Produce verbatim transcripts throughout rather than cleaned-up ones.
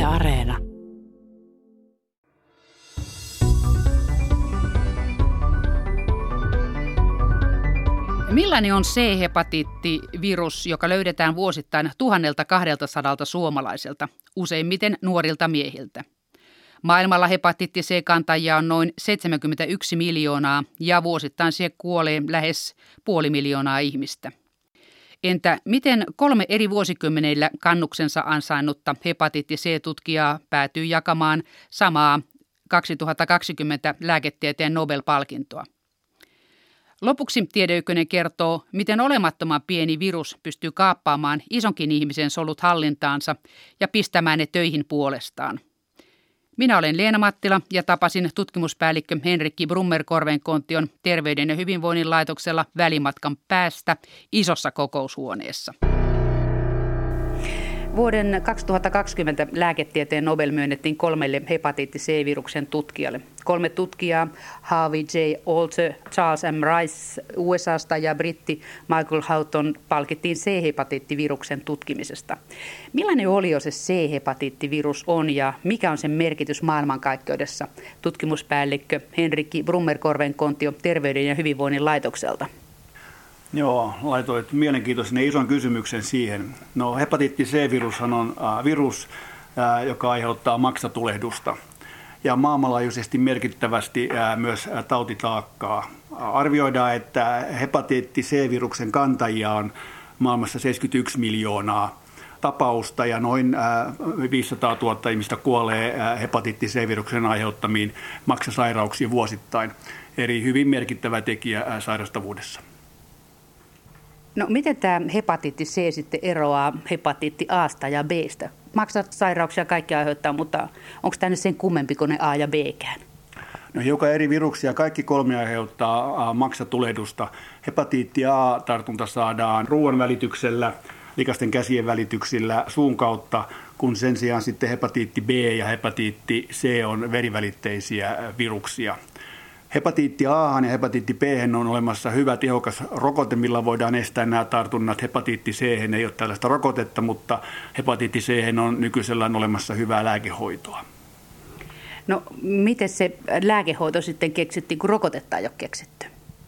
Areena. Millainen on C-hepatiittivirus, joka löydetään vuosittain tuhannelta kahdeltasadalta suomalaiselta, useimmiten nuorilta miehiltä? Maailmalla hepatiitti C-kantajia on noin seitsemänkymmentäyksi miljoonaa ja vuosittain siihen kuolee lähes puoli miljoonaa ihmistä. Entä miten kolme eri vuosikymmeneillä kannuksensa ansainnutta hepatiitti C-tutkijaa päätyy jakamaan samaa kaksituhattakaksikymmentä lääketieteen Nobel-palkintoa? Lopuksi Tiede Ykkönen kertoo, miten olemattoman pieni virus pystyy kaappaamaan isonkin ihmisen solut hallintaansa ja pistämään ne töihin puolestaan. Minä olen Leena Mattila ja tapasin tutkimuspäällikkö Henrikki Brummer-Korvenkontion Terveyden ja hyvinvoinnin laitoksella välimatkan päästä isossa kokoushuoneessa. Vuoden kaksituhattakaksikymmentä lääketieteen Nobel myönnettiin kolmelle hepatiitti C-viruksen tutkijalle. Kolme tutkijaa, Harvey J. Alter, Charles M. Rice U S A:sta ja britti Michael Houghton palkittiin C-hepatiittiviruksen tutkimisesta. Millainen olio se C-hepatiittivirus on ja mikä on sen merkitys maailmankaikkeudessa? Tutkimuspäällikkö Henrikki Brummer-Korvenkontio Terveyden ja hyvinvoinnin laitokselta. Joo, laitoit mielenkiintoisen ja ison kysymyksen siihen. No, hepatiitti C-virushan on äh, virus, äh, joka aiheuttaa maksatulehdusta ja maailmanlaajuisesti merkittävästi äh, myös äh, tautitaakkaa. Arvioidaan, että hepatiitti C-viruksen kantajia on maailmassa seitsemänkymmentäyksi miljoonaa tapausta ja noin äh, viisisataatuhatta ihmistä kuolee äh, hepatiitti C-viruksen aiheuttamiin maksasairauksiin vuosittain. Eli hyvin merkittävä tekijä äh, sairastavuudessa. No miten tämä hepatiitti C sitten eroaa hepatiitti A:sta ja B:stä? Maksasairauksia kaikki aiheuttaa, mutta onko tämä nyt sen kummempi kuin ne A ja B:kään? No hiukan eri viruksia. Kaikki kolme aiheuttaa maksatulehdusta. Hepatiitti A-tartunta saadaan ruoan välityksellä, likaisten käsien välityksillä, suun kautta, kun sen sijaan sitten hepatiitti B ja hepatiitti C on verivälitteisiä viruksia. Hepatiitti A ja hepatiitti B on olemassa hyvä tehokas rokote, millä voidaan estää nämä tartunnat. Hepatiitti C ei ole tällaista rokotetta, mutta hepatiitti C on nykyisellään olemassa hyvää lääkehoitoa. No miten se lääkehoito sitten keksittiin, kun rokotetta ei ole keksitty?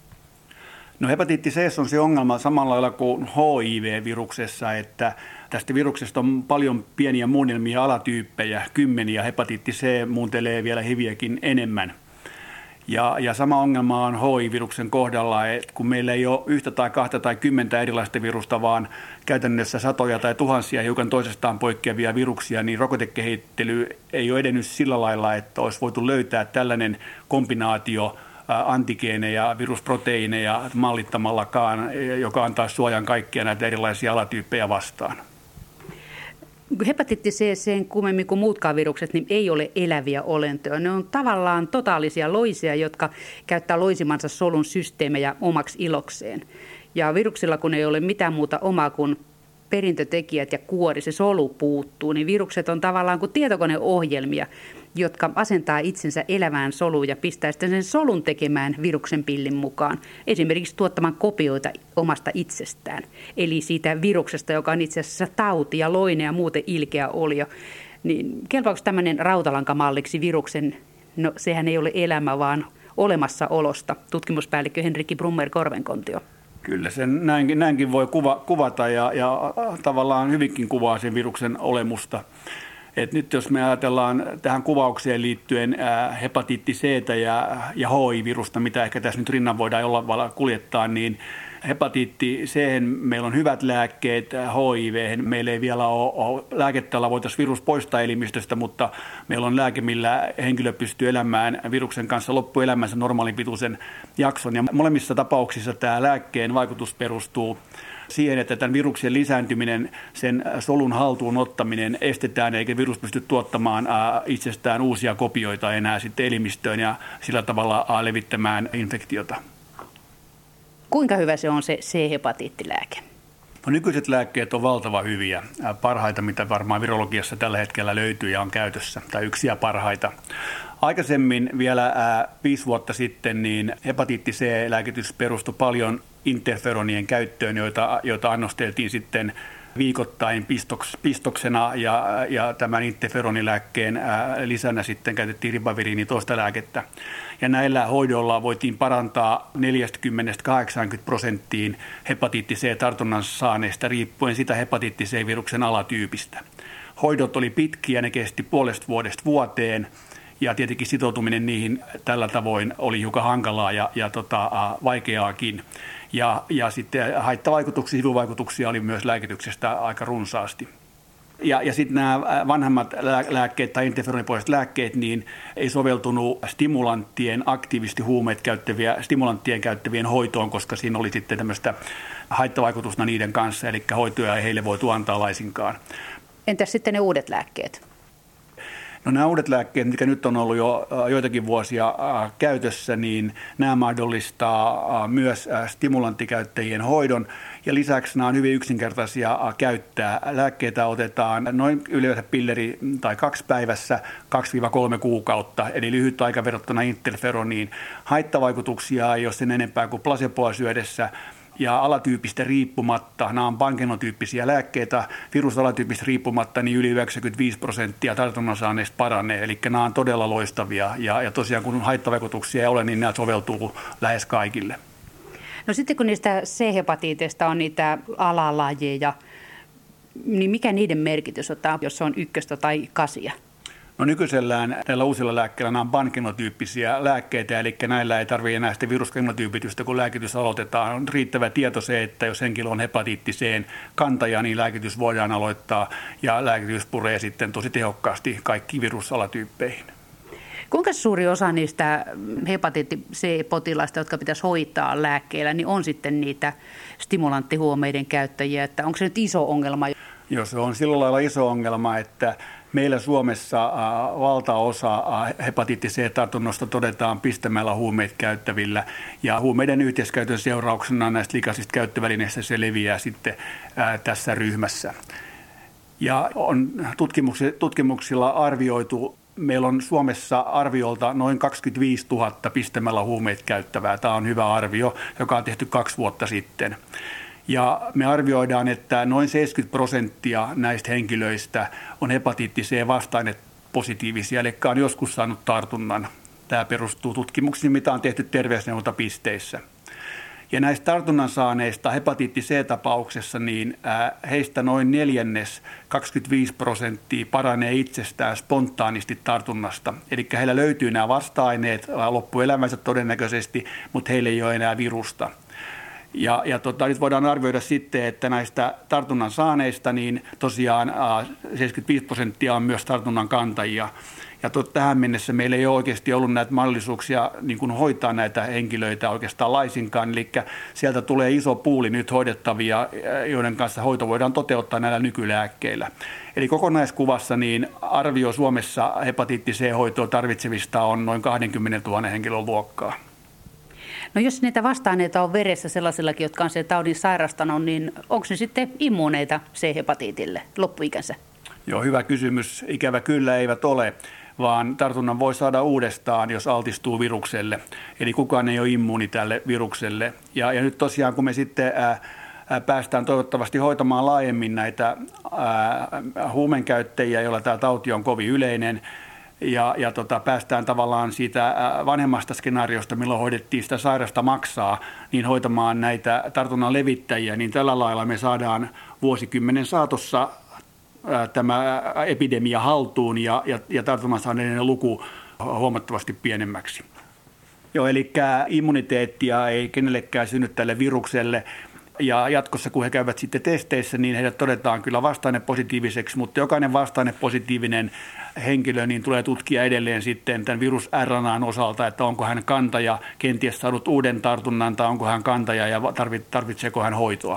No hepatiitti C on se ongelma samalla lailla kuin H I V-viruksessa, että tästä viruksesta on paljon pieniä muunnelmia alatyyppejä, kymmeniä. Hepatiitti C muuntelee vielä hiviäkin enemmän. Ja, ja sama ongelma on H I V-viruksen kohdalla, että kun meillä ei ole yhtä tai kahta tai kymmentä erilaista virusta, vaan käytännössä satoja tai tuhansia hiukan toisestaan poikkeavia viruksia, niin rokotekehittely ei ole edennyt sillä lailla, että olisi voitu löytää tällainen kombinaatio antigeeneja, virusproteiineja mallitamallakaan, joka antaa suojan kaikkia näitä erilaisia alatyyppejä vastaan. Hepatiitti C, sen kummemmin kuin muutkaan virukset, niin ei ole eläviä olentoja. Ne on tavallaan totaalisia loisia, jotka käyttää loisimansa solun systeemejä omaksi ilokseen. Ja viruksilla, kun ei ole mitään muuta omaa kuin perintötekijät ja kuori, se solu puuttuu, niin virukset on tavallaan kuin tietokoneohjelmia, jotka asentaa itsensä elävään soluun ja pistää sitten sen solun tekemään viruksen pillin mukaan. Esimerkiksi tuottamaan kopioita omasta itsestään. Eli siitä viruksesta, joka on itse asiassa tauti ja loinen ja muuten ilkeä olio. Niin kelpaako tämmöinen rautalankamalliksi viruksen? No sehän ei ole elämä, vaan olemassaolosta. Tutkimuspäällikkö Henrikki Brummer-Korvenkontio. Kyllä, sen näinkin, näinkin voi kuva, kuvata ja, ja tavallaan hyvinkin kuvaa sen viruksen olemusta. Et nyt jos me ajatellaan tähän kuvaukseen liittyen ää, hepatiitti C:tä ja, ja H I V-virusta, mitä ehkä tässä nyt rinnan voidaan jollain tavalla kuljettaa, niin hepatiitti C:hen meillä on hyvät lääkkeet, H I V:hen meillä ei vielä ole, ole lääkettä, jolla voitaisiin virus poistaa elimistöstä, mutta meillä on lääke, millä henkilö pystyy elämään viruksen kanssa loppuelämänsä normaalin pituisen jakson. Ja molemmissa tapauksissa tämä lääkkeen vaikutus perustuu siihen, että tämän viruksen lisääntyminen, sen solun haltuun ottaminen estetään, eikä virus pysty tuottamaan itsestään uusia kopioita enää sitten elimistöön ja sillä tavalla levittämään infektiota. Kuinka hyvä se on se C-hepatiittilääke? No, nykyiset lääkkeet on valtavan hyviä, parhaita, mitä varmaan virologiassa tällä hetkellä löytyy ja on käytössä, tai yksiä parhaita. Aikaisemmin vielä ää, viisi vuotta sitten niin hepatiitti C-lääkitys perustui paljon interferonien käyttöön, joita, joita annosteltiin sitten viikoittain pistoks, pistoksena ja, ja tämän interferonilääkkeen lisänä sitten käytettiin ribaviriini toista lääkettä. Ja näillä hoidoilla voitiin parantaa neljäkymmentä kahdeksankymmentä prosenttiin hepatiitti C-tartunnan saaneista riippuen sitä hepatiitti C-viruksen alatyypistä. Hoidot oli pitkiä, ne kesti puolesta vuodesta vuoteen ja tietenkin sitoutuminen niihin tällä tavoin oli hiukan hankalaa ja, ja tota, vaikeaakin. Ja, ja sitten haittavaikutuksia, sivuvaikutuksia oli myös lääkityksestä aika runsaasti. Ja, ja sitten nämä vanhemmat lääkkeet tai interferonipohjaiset lääkkeet niin ei soveltunut stimulanttien, aktiivisesti huumeet käyttäviä, stimulanttien käyttävien hoitoon, koska siinä oli sitten tämmöistä haittavaikutusta niiden kanssa, eli hoitoja ei heille voitu antaa laisinkaan. Entäs sitten ne uudet lääkkeet? No nämä uudet lääkkeet, mitkä nyt on ollut jo joitakin vuosia käytössä, niin nämä mahdollistaa myös stimulanttikäyttäjien hoidon. Ja lisäksi nämä on hyvin yksinkertaisia käyttää. Lääkkeitä otetaan noin yleensä pilleri tai kaksi päivässä, kaksi kolme kuukautta, eli lyhyt aika verrattuna interferoniin. Haittavaikutuksia ei ole sen enempää kuin placeboa syödessä. Ja alatyypistä riippumatta, nämä on pangenotyyppisiä lääkkeitä, virusalatyypistä riippumatta, niin yli yhdeksänkymmentäviisi prosenttia tartunnan saaneista paranee. Eli nämä on todella loistavia ja, ja tosiaan kun haittavaikutuksia ei ole, niin nämä soveltuu lähes kaikille. No sitten kun niistä C-hepatiiteista on niitä alalajeja, niin mikä niiden merkitys on, jos se on ykköstä tai kasia? No nykyisellään näillä uusilla lääkkeillä nämä on pangenotyyppisiä lääkkeitä, eli näillä ei tarvitse enää sitä virusgenotyypitystä, kun lääkitys aloitetaan. On riittävä tieto se, että jos henkilö on hepatiitti C:n kantaja, niin lääkitys voidaan aloittaa ja lääkitys puree sitten tosi tehokkaasti kaikkiin virusalatyyppeihin. Kuinka suuri osa niistä hepatiitti C-potilaista, jotka pitäisi hoitaa lääkkeellä, niin on sitten niitä stimulanttihuumeiden käyttäjiä, että onko se nyt iso ongelma? Joo, se on sillä lailla iso ongelma, että meillä Suomessa äh, valtaosa äh, hepatiitti C-tartunnosta todetaan pistämällä huumeita käyttävillä ja huumeiden yhteiskäytön seurauksena näistä likaisista käyttövälineistä se leviää sitten äh, tässä ryhmässä. Ja on tutkimuksilla arvioitu, meillä on Suomessa arviolta noin kaksikymmentäviisituhatta pistämällä huumeita käyttävää. Tämä on hyvä arvio, joka on tehty kaksi vuotta sitten. Ja me arvioidaan, että noin seitsemänkymmentä prosenttia näistä henkilöistä on hepatiitti C-vastaine positiivisia, eli on joskus saanut tartunnan. Tämä perustuu tutkimuksiin, mitä on tehty terveysneuvontapisteissä. Ja näistä tartunnan saaneista hepatiitti C-tapauksessa, niin heistä noin neljännes, kaksikymmentäviisi prosenttia, paranee itsestään spontaanisti tartunnasta. Eli heillä löytyy nämä vasta-aineet loppuelämänsä todennäköisesti, mutta heillä ei ole enää virusta. Ja, ja tota, nyt voidaan arvioida sitten, että näistä tartunnan saaneista niin tosiaan äh, seitsemänkymmentäviisi prosenttia on myös tartunnan kantajia. Ja tot, tähän mennessä meillä ei ole oikeasti ollut näitä mahdollisuuksia niin kuin hoitaa näitä henkilöitä oikeastaan laisinkaan. Eli sieltä tulee iso puuli nyt hoidettavia, joiden kanssa hoito voidaan toteuttaa näillä nykylääkkeillä. Eli kokonaiskuvassa niin arvio Suomessa hepatiitti C-hoitoa tarvitsevista on noin kaksikymmentätuhatta henkilön luokkaa. No jos niitä vasta-aineita on veressä sellaisillakin, jotka on sen taudin sairastanut, niin onko ne sitten immuuneita C-hepatiitille loppuikänsä? Joo, hyvä kysymys. Ikävä kyllä eivät ole, vaan tartunnan voi saada uudestaan, jos altistuu virukselle. Eli kukaan ei ole immuuni tälle virukselle. Ja, ja nyt tosiaan, kun me sitten ää, ää, päästään toivottavasti hoitamaan laajemmin näitä ää, huumeenkäyttäjiä, joilla tämä tauti on kovin yleinen, Ja, ja tota, päästään tavallaan siitä vanhemmasta skenaariosta, milloin hoidettiin sitä sairasta maksaa, niin hoitamaan näitä tartunnan levittäjiä, niin tällä lailla me saadaan vuosikymmenen saatossa ää, tämä epidemia haltuun ja, ja, ja tartunnan saaneiden luku huomattavasti pienemmäksi. Joo, eli immuniteettia ei kenellekään synny tälle virukselle. Ja jatkossa, kun he käyvät sitten testeissä, niin heidät todetaan kyllä vastaainepositiiviseksi, mutta jokainen vastainepositiivinen henkilö niin tulee tutkia edelleen sitten tämän virus R N A:n osalta, että onko hän kantaja, kenties saanut uuden tartunnan tai onko hän kantaja ja tarvitseeko hän hoitoa.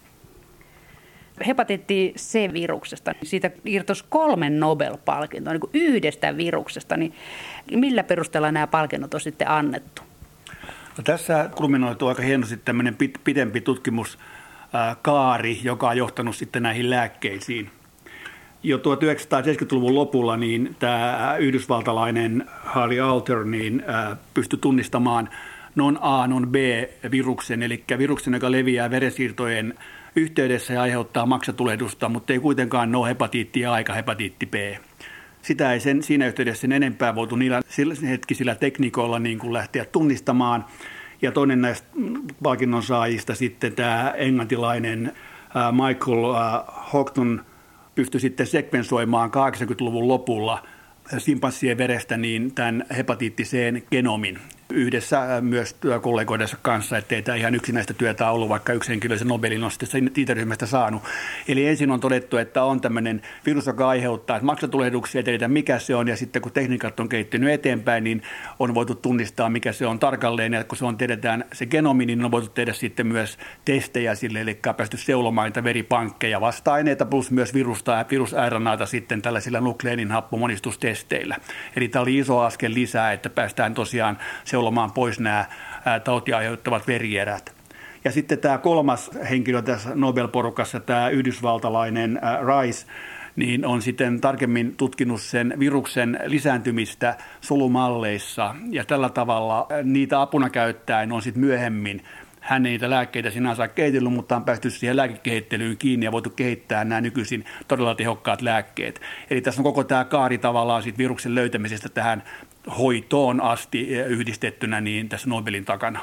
Hepatiitti C-viruksesta, siitä irtosi kolme Nobel-palkintoa niin kuin yhdestä viruksesta, niin millä perusteella nämä palkinnot on sitten annettu? No, tässä kulminoituu aika hienosti tämmöinen pitempi tutkimuskaari, joka on johtanut sitten näihin lääkkeisiin. Jo tuhatyhdeksänsataaseitsemänkymmentäluvun lopulla niin tämä yhdysvaltalainen Harry Alter niin, ää, pystyi tunnistamaan non A, non B viruksen, eli viruksen, joka leviää verensiirtojen yhteydessä ja aiheuttaa maksatulehdusta, mutta ei kuitenkaan ole hepatiitti A eikä hepatiitti B. Sitä ei sen, siinä yhteydessä sen enempää voitu niillä hetkisillä tekniikoilla niin kuin lähteä tunnistamaan. Ja toinen näistä palkinnon saajista sitten tämä englantilainen Michael Houghton pystyi sitten sekvensoimaan kahdeksankymmentäluvun lopulla simpanssien verestä niin tämän hepatiitti C:n genomin yhdessä myös työkollegoidensa kanssa, ettei tämä ihan yksinäistä työtä ollut, vaikka yksi henkilö sen Nobelin on sitten siitä ryhmästä saanut. Eli ensin on todettu, että on tämmöinen virus, joka aiheuttaa maksatulehduksia, tiedetään mikä se on, ja sitten kun tekniikat on kehittynyt eteenpäin, niin on voitu tunnistaa, mikä se on tarkalleen, ja kun se on tiedetään se genomi, niin on voitu tehdä sitten myös testejä sille, eli päästy seulomaan niitä veripankkeja, vasta-aineita plus myös virusta ja virus-R N A:ta sitten tällaisilla nukleeninhappomonistustesteillä. Eli tämä oli iso askel lisää, että päästään tosiaan seulomaan pois nämä tautia aiheuttavat verierät. Ja sitten tämä kolmas henkilö tässä Nobel-porukassa, tämä yhdysvaltalainen Rice, niin on sitten tarkemmin tutkinut sen viruksen lisääntymistä solumalleissa. Ja tällä tavalla niitä apuna käyttäen on sitten myöhemmin, hän ei niitä lääkkeitä sinänsä kehitellyt, mutta on päästy siihen lääkekehittelyyn kiinni ja voitu kehittää nämä nykyisin todella tehokkaat lääkkeet. Eli tässä on koko tämä kaari tavallaan siitä viruksen löytämisestä tähän hoitoon asti yhdistettynä niin tässä Nobelin takana.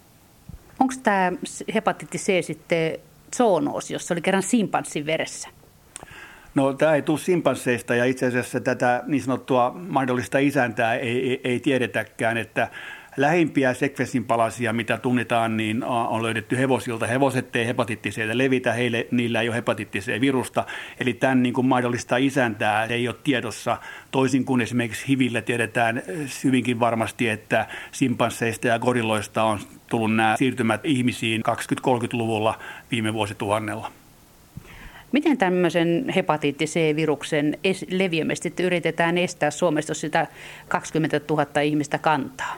Onko tämä hepatiitti C sitten zoonoosi, jos se oli kerran simpanssin veressä? No tämä ei tule simpansseista ja itse asiassa tätä niin sanottua mahdollista isäntää ei, ei, ei tiedetäkään, että lähimpiä sekvensin palasia, mitä tunnetaan, niin on löydetty hevosilta. Hevoset ei hepatiitti C:tä levitä, heille, niillä ei ole hepatiitti C-virusta. Eli tämän niin kuin mahdollista isäntää ei ole tiedossa. Toisin kuin esimerkiksi H I V:llä tiedetään hyvinkin varmasti, että simpansseista ja gorilloista on tullut nämä siirtymät ihmisiin kaksikymmentä-kolmekymmentäluvulla viime vuosituhannella. Miten tämmöisen hepatiitti C-viruksen leviämistä yritetään estää Suomesta, jos sitä kaksikymmentätuhatta ihmistä kantaa?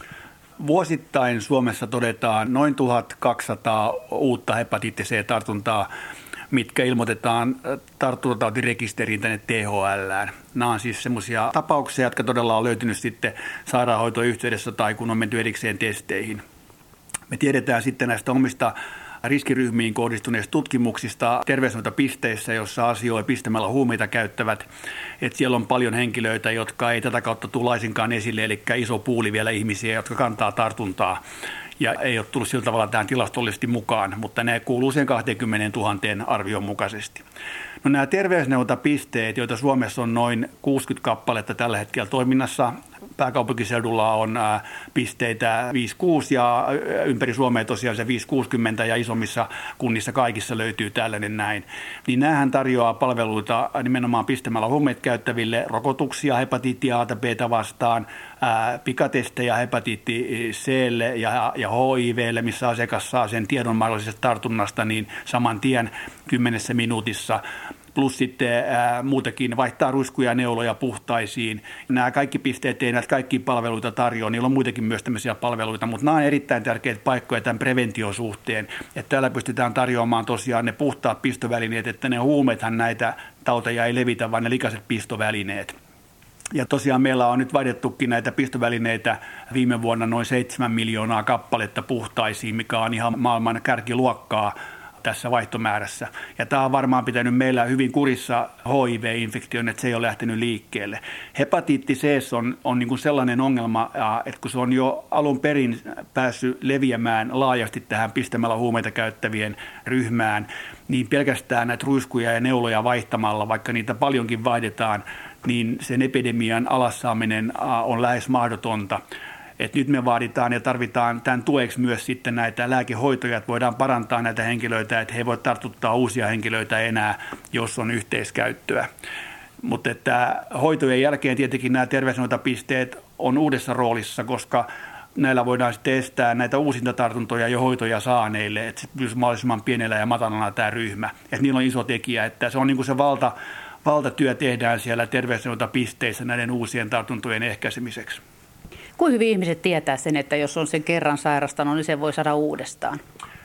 Vuosittain Suomessa todetaan noin tuhatkaksisataa uutta hepatiitti C-tartuntaa, mitkä ilmoitetaan tartuntatautirekisteriin tänne T H L:ään. Nämä on siis semmoisia tapauksia, jotka todella on löytynyt sitten sairaanhoitoyhteydessä tai kun on menty erikseen testeihin. Me tiedetään sitten näistä omista riskiryhmiin kohdistuneista tutkimuksista terveyshoitopisteissä, jossa asioi pistämällä huumeita käyttävät. Että siellä on paljon henkilöitä, jotka ei tätä kautta tule laisinkaan esille, eli iso puuli vielä ihmisiä, jotka kantaa tartuntaa. Ja ei ole tullut sillä tavalla tähän tilastollisesti mukaan, mutta ne kuuluu sen kaksikymmentätuhatta arvion mukaisesti. No nämä terveysneuvontapisteet, joita Suomessa on noin kuusikymmentä kappaletta tällä hetkellä toiminnassa, pääkaupunkiseudulla on pisteitä viisi kuusi ja ympäri Suomea tosiaan se viisi kuusikymmentä ja isommissa kunnissa kaikissa löytyy tällainen näin. Niin näähän tarjoaa palveluita nimenomaan pistämällä huumeet käyttäville, rokotuksia hepatiitti A:ta B:tä vastaan, ää, pikatestejä hepatiitti C:lle ja, ja H I V:lle, missä asiakas saa sen tiedon mahdollisesta tartunnasta niin saman tien kymmenessä minuutissa. Plus sitten ää, muutakin vaihtaa ruiskuja ja neuloja puhtaisiin. Nämä kaikki pisteet ei näitä kaikkia palveluita tarjoa, niillä on muitakin myös tämmöisiä palveluita, mutta nämä on erittäin tärkeitä paikkoja tämän prevention suhteen. Että täällä pystytään tarjoamaan tosiaan ne puhtaat pistovälineet, että ne huumeethan näitä tauteja ei levitä, vaan ne likaiset pistovälineet. Ja tosiaan meillä on nyt vaihdettukin näitä pistovälineitä viime vuonna noin seitsemän miljoonaa kappaletta puhtaisiin, mikä on ihan maailman kärkiluokkaa tässä vaihtomäärässä. Ja tämä on varmaan pitänyt meillä hyvin kurissa H I V-infektion, että se ei ole lähtenyt liikkeelle. Hepatiitti C on, on niin kuin sellainen ongelma, että kun se on jo alun perin päässyt leviämään laajasti tähän pistämällä huumeita käyttävien ryhmään, niin pelkästään näitä ruiskuja ja neuloja vaihtamalla, vaikka niitä paljonkin vaihdetaan, niin sen epidemian alassaaminen on lähes mahdotonta. Et nyt me vaaditaan ja tarvitaan tämän tueksi myös sitten näitä lääkehoitoja, että voidaan parantaa näitä henkilöitä, että he voivat tartuttaa uusia henkilöitä enää, jos on yhteiskäyttöä. Mutta että hoitojen jälkeen tietenkin nämä terveyshoitopisteet on uudessa roolissa, koska näillä voidaan sitten estää näitä uusintatartuntoja ja hoitoja saaneille, että se pysyisi mahdollisimman pienellä ja matalana tämä ryhmä. Että niillä on iso tekijä, että se on niin kuin se valta, valtatyö tehdään siellä terveyshoitopisteissä näiden uusien tartuntojen ehkäisemiseksi. Kuinka hyvin ihmiset tietää sen, että jos on sen kerran sairastanut, niin sen voi saada uudestaan?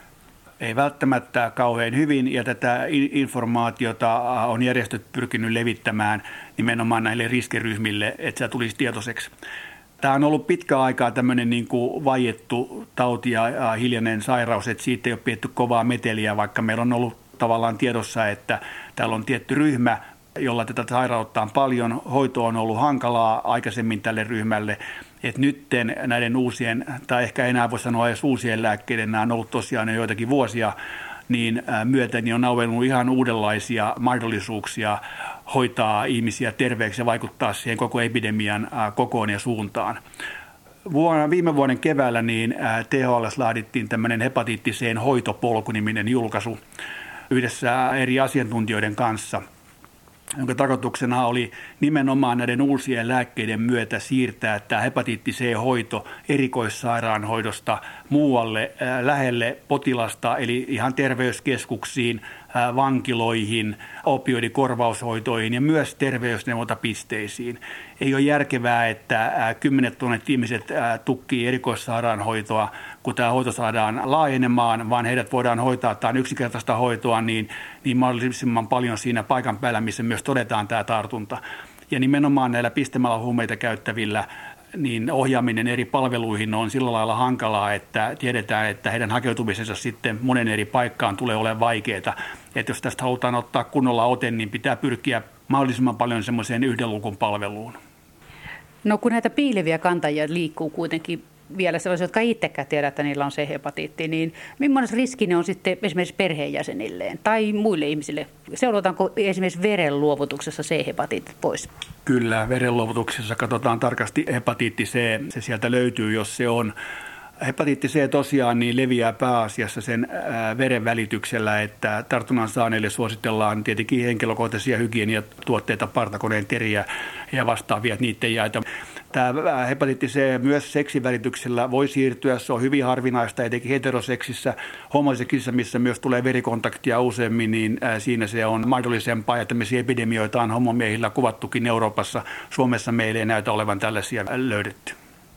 Ei välttämättä kauhean hyvin, ja tätä informaatiota on järjestöt pyrkinyt levittämään nimenomaan näille riskiryhmille, että se tulisi tietoiseksi. Tämä on ollut pitkä aikaa tämmöinen niin kuin vaiettu tauti ja hiljainen sairaus, että siitä ei ole pidetty kovaa meteliä, vaikka meillä on ollut tavallaan tiedossa, että täällä on tietty ryhmä, jolla tätä sairautta on paljon. Hoito on ollut hankalaa aikaisemmin tälle ryhmälle. Että nyt näiden uusien, tai ehkä enää voi sanoa edes uusien lääkkeiden, nämä on ollut tosiaan jo joitakin vuosia, niin myötä niin on auennut ihan uudenlaisia mahdollisuuksia hoitaa ihmisiä terveeksi ja vaikuttaa siihen koko epidemian kokoon ja suuntaan. Vuonna, viime vuoden keväällä niin T H L:ssä laadittiin tämmöinen hepatiitti C:n hoitopolku-niminen julkaisu yhdessä eri asiantuntijoiden kanssa, jonka tarkoituksena oli nimenomaan näiden uusien lääkkeiden myötä siirtää tämä hepatiitti C-hoito erikoissairaanhoidosta muualle lähelle potilasta, eli ihan terveyskeskuksiin, vankiloihin, opioidikorvaushoitoihin ja myös terveysneuvontapisteisiin. Ei ole järkevää, että kymmenet tuhannet ihmiset tukkii erikoissairaanhoitoa, kun tämä hoito saadaan laajenemaan, vaan heidät voidaan hoitaa, tämä on yksinkertaista hoitoa, niin, niin mahdollisimman paljon siinä paikan päällä, missä myös todetaan tämä tartunta. Ja nimenomaan näillä pistämällä huumeita käyttävillä niin ohjaaminen eri palveluihin on sillä lailla hankalaa, että tiedetään, että heidän hakeutumisensa sitten monen eri paikkaan tulee olemaan vaikeaa. Että jos tästä halutaan ottaa kunnolla ote, niin pitää pyrkiä mahdollisimman paljon semmoiseen yhden lukun palveluun. No kun näitä piileviä kantajia liikkuu kuitenkin vielä sellaisia, jotka itsekään tiedä, että niillä on C-hepatiitti, niin millainen riski ne on sitten esimerkiksi perheenjäsenilleen tai muille ihmisille? Seurataanko esimerkiksi verenluovutuksessa C-hepatiitit pois? Kyllä, verenluovutuksessa katsotaan tarkasti hepatiitti C. Se sieltä löytyy, jos se on. Hepatiitti C tosiaan niin leviää pääasiassa sen veren välityksellä, että tartunnan saaneille suositellaan tietenkin henkilökohtaisia hygieniatuotteita, partakoneen teriä ja vastaavia, että niitä ei jaeta. Tämä hepatiitti C myös seksin välityksellä voi siirtyä, se on hyvin harvinaista, etenkin heteroseksissä, homoseksissä, missä myös tulee verikontaktia useammin, niin siinä se on mahdollisempaa, ja tämmöisiä epidemioita on homomiehillä kuvattukin Euroopassa. Suomessa meillä ei näytä olevan tällaisia löydetty.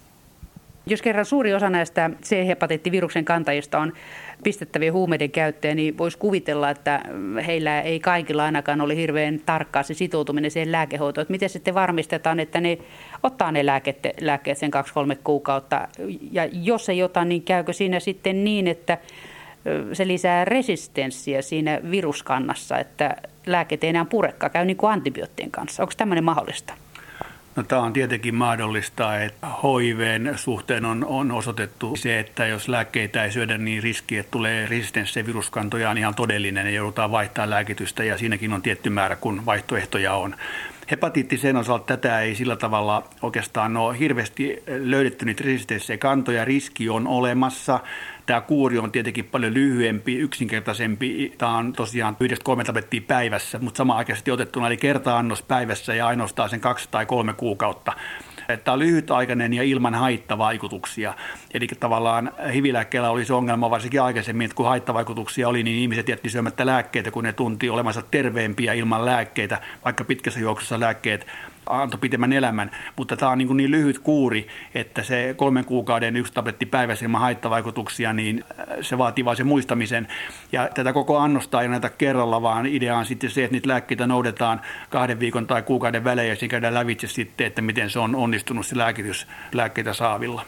Jos kerran suuri osa näistä C-hepatiittiviruksen kantajista on pistettäviä huumeiden käyttäjä, niin voisi kuvitella, että heillä ei kaikilla ainakaan ole hirveän tarkkaa se sitoutuminen siihen lääkehoitoon. Että miten sitten varmistetaan, että ne ottaa ne lääkkeet, lääkkeet sen kaksi kolme kuukautta. Ja jos ei ota, niin käykö siinä sitten niin, että se lisää resistenssiä siinä viruskannassa, että lääkkeet ei enää purekaan, käy niin kuin antibioottien kanssa. Onko tämmöinen mahdollista? No, tämä on tietenkin mahdollista, että H I V:n suhteen on, on osoitettu se, että jos lääkkeitä ei syödä, niin riski, että tulee resistenssiä viruskantoja on ihan todellinen ja joudutaan vaihtamaan lääkitystä ja siinäkin on tietty määrä, kun vaihtoehtoja on. Hepatiitti C:n osalta tätä ei sillä tavalla oikeastaan ole hirveästi löydetty niitä resistenssiä kantoja, riski on olemassa. Tämä kuuri on tietenkin paljon lyhyempi, yksinkertaisempi. Tämä on tosiaan yhdestä kolme tablettia päivässä, mutta samanaikaisesti otettuna eli kerta-annos päivässä ja ainoastaan sen kaksi tai kolme kuukautta. Tämä on lyhytaikainen ja ilman haittavaikutuksia. Eli tavallaan H I V-lääkkeellä oli se ongelma varsinkin aikaisemmin, että kun haittavaikutuksia oli, niin ihmiset jätti syömättä lääkkeitä, kun ne tunti olemansa terveempiä ilman lääkkeitä, vaikka pitkässä juoksussa lääkkeet antoi pitemmän elämän, mutta tämä on niin, niin lyhyt kuuri, että se kolmen kuukauden yksi tabletti päivässä ilman haittavaikutuksia, niin se vaatii vain sen muistamisen. Ja tätä koko annosta ei näitä kerralla, vaan idea on sitten se, että niitä lääkkeitä noudetaan kahden viikon tai kuukauden välein ja siinä käydään lävitse sitten, että miten se on onnistunut se lääkitys lääkkeitä saavilla.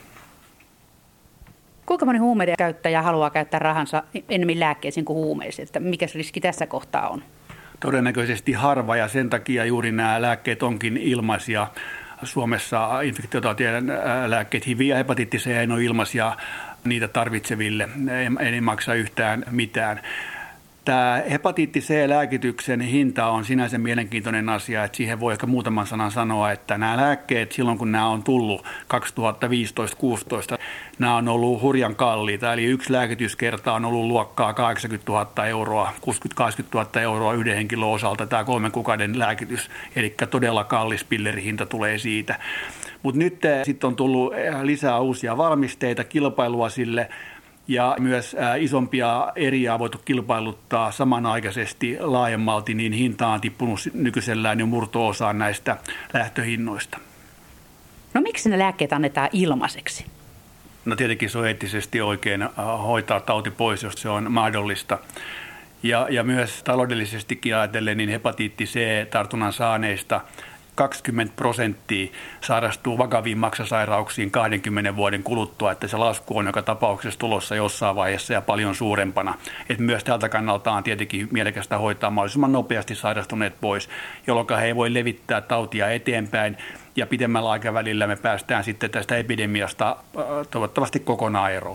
Kuinka moni huumeiden käyttäjä haluaa käyttää rahansa enemmän lääkkeisiin kuin huumeisiin? Että mikä riski tässä kohtaa on? Todennäköisesti harva ja sen takia juuri nämä lääkkeet onkin ilmaisia. Suomessa infektiotautien lääkkeet H I V ja hepatiitti C ei ole ilmaisia niitä tarvitseville, ei, ei maksa yhtään mitään. Tämä hepatiitti C-lääkityksen hinta on sinänsä mielenkiintoinen asia, että siihen voi ehkä muutaman sanan sanoa, että nämä lääkkeet silloin kun nämä on tullut kaksituhattaviisitoista kuusitoista, nämä on ollut hurjan kalliita, eli yksi lääkityskerta on ollut luokkaa kahdeksankymmentätuhatta euroa, kuusikymmentä kahdeksankymmentätuhatta euroa yhden henkilön osalta tämä kolmen kuukauden lääkitys, eli todella kallis pillerihinta tulee siitä. Mutta nyt sitten on tullut lisää uusia valmisteita, kilpailua sille, ja myös isompia eriä on voitu kilpailuttaa samanaikaisesti laajemmalti, niin hinta on tippunut nykyisellään jo murto-osaan näistä lähtöhinnoista. No miksi ne lääkkeet annetaan ilmaiseksi? No tietenkin se on eettisesti oikein hoitaa tauti pois, jos se on mahdollista. Ja, ja myös taloudellisestikin ajatellen, niin hepatiitti C-tartunnan saaneista kaksikymmentä prosenttia sairastuu vakaviin maksasairauksiin kahdenkymmenen vuoden kuluttua, että se lasku on joka tapauksessa tulossa jossain vaiheessa ja paljon suurempana. Et myös tältä kannalta on tietenkin mielekästä hoitaa mahdollisimman nopeasti sairastuneet pois, jolloin he ei voi levittää tautia eteenpäin. Ja pidemmällä aikavälillä me päästään sitten tästä epidemiasta toivottavasti kokonaan eroon.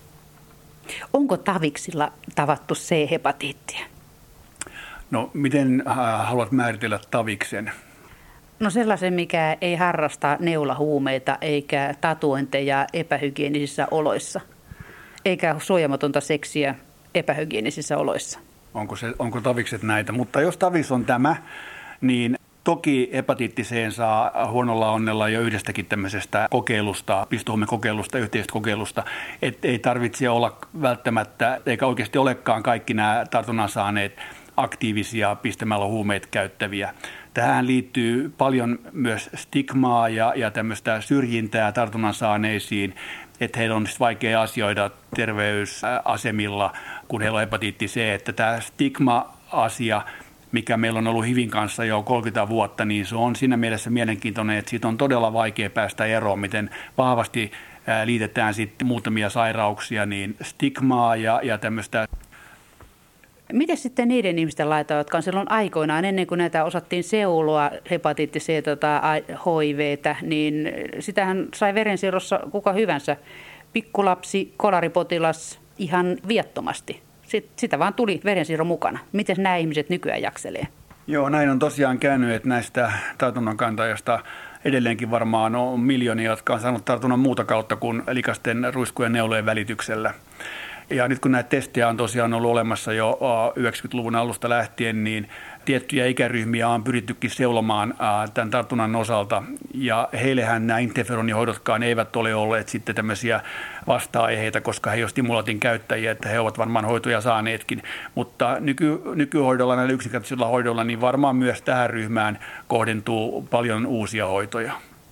Onko taviksilla tavattu C-hepatiittia? No miten haluat määritellä taviksen? No sellaisen, mikä ei harrasta neulahuumeita eikä tatuointeja epähygienisissä oloissa, eikä suojaamatonta seksiä epähygienisissä oloissa. Onko, se, onko tavikset näitä? Mutta jos tavis on tämä, niin toki hepatiitti C saa huonolla onnella jo yhdestäkin tämmöisestä kokeilusta, pistohuumekokeilusta, yhteisestä kokeilusta, että ei tarvitse olla välttämättä, eikä oikeasti olekaan kaikki nämä tartunnan saaneet aktiivisia pistämällä huumeet käyttäviä. Tähän liittyy paljon myös stigmaa ja, ja tämmöistä syrjintää tartunnan saaneisiin, että heillä on vaikea asioida terveysasemilla, kun heillä on hepatiitti C, että tämä stigma-asia, mikä meillä on ollut H I Vin kanssa jo kolmekymmentä vuotta, niin se on siinä mielessä mielenkiintoinen, että siitä on todella vaikea päästä eroon, miten vahvasti liitetään sitten muutamia sairauksia, niin stigmaa ja, ja tämmöistä. Miten sitten niiden ihmisten laita, jotka on silloin aikoinaan, ennen kuin näitä osattiin seuloa, hepatiitti C tai H I V:tä, niin sitähän sai verensiirrossa kuka hyvänsä, pikkulapsi, kolaripotilas ihan viattomasti. Sitä vaan tuli verensiirron mukana. Miten nämä ihmiset nykyään jakselee? Joo, näin on tosiaan käynyt, että näistä tartunnan kantajasta edelleenkin varmaan on miljoonia, jotka on saanut tartunnan muuta kautta kuin likaisten ruiskujen neulojen välityksellä. Ja nyt kun näitä testejä on tosiaan ollut olemassa jo yhdeksänkymmentäluvun alusta lähtien, niin tiettyjä ikäryhmiä on pyrittykin seulomaan tämän tartunnan osalta. Ja heillehän nämä interferonihoidotkaan eivät ole olleet sitten tämmöisiä vasta-aiheita, koska he eivät ole stimulaatin käyttäjiä, että he ovat varmaan hoitoja saaneetkin. Mutta nyky, nykyhoidolla, näillä yksinkertaisilla hoidolla, niin varmaan myös tähän ryhmään kohdentuu paljon uusia hoitoja.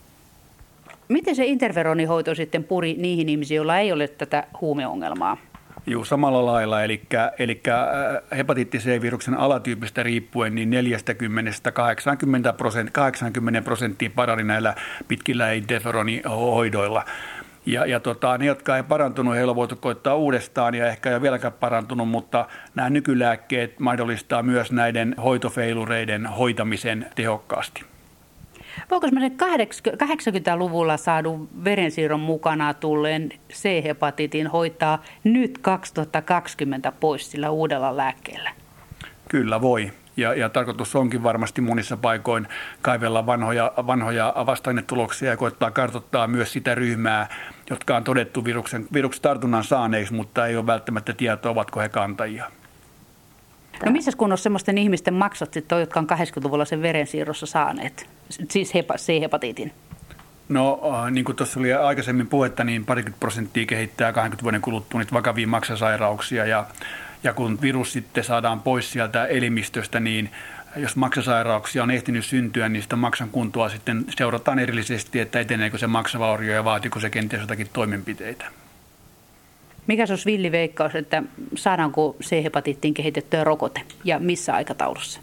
Miten se interferonihoito sitten puri niihin ihmisiin, joilla ei ole tätä huumeongelmaa? Joo, samalla lailla, eli, eli hepatiitti C-viruksen alatyypistä riippuen niin neljäkymmentä kahdeksankymmentä prosenttia parani näillä pitkillä interferonihoidoilla. Ja, ja tota, ne, jotka ei parantunut, heillä on voitu koittaa uudestaan ja ehkä ei ole vieläkään parantunut, mutta nämä nykylääkkeet mahdollistaa myös näiden hoitofeilureiden hoitamisen tehokkaasti. Voiko semmoisen kahdeksankymmentäluvulla saadun verensiirron mukana tulleen C-hepatiitin hoitaa nyt kaksituhattakaksikymmentä pois sillä uudella lääkkeellä? Kyllä voi. Ja, ja tarkoitus onkin varmasti monissa paikoin kaivella vanhoja, vanhoja vasta-ainetuloksia ja koittaa kartoittaa myös sitä ryhmää, jotka on todettu viruksen, viruksen tartunnan saaneiksi, mutta ei ole välttämättä tietoa, ovatko he kantajia. No missä kunnossa semmoisten ihmisten maksat sitten on, jotka on kahdeksankymmentäluvulla sen verensiirrossa saaneet, siis C-hepatiitin? No niin kuin tuossa oli aikaisemmin puhetta, niin parikymmentä prosenttia kehittää kaksikymmentä vuoden kuluttua niitä vakavia maksasairauksia ja, ja kun virus sitten saadaan pois sieltä elimistöstä, niin jos maksasairauksia on ehtinyt syntyä, niin sitä maksan kuntoa sitten seurataan erillisesti, että eteneekö se maksavaurio ja vaatiko se kenties jotakin toimenpiteitä. Mikä se olisi villiveikkaus, että saadaanko C-hepatiittiin kehitettyä rokote ja missä aikataulussa?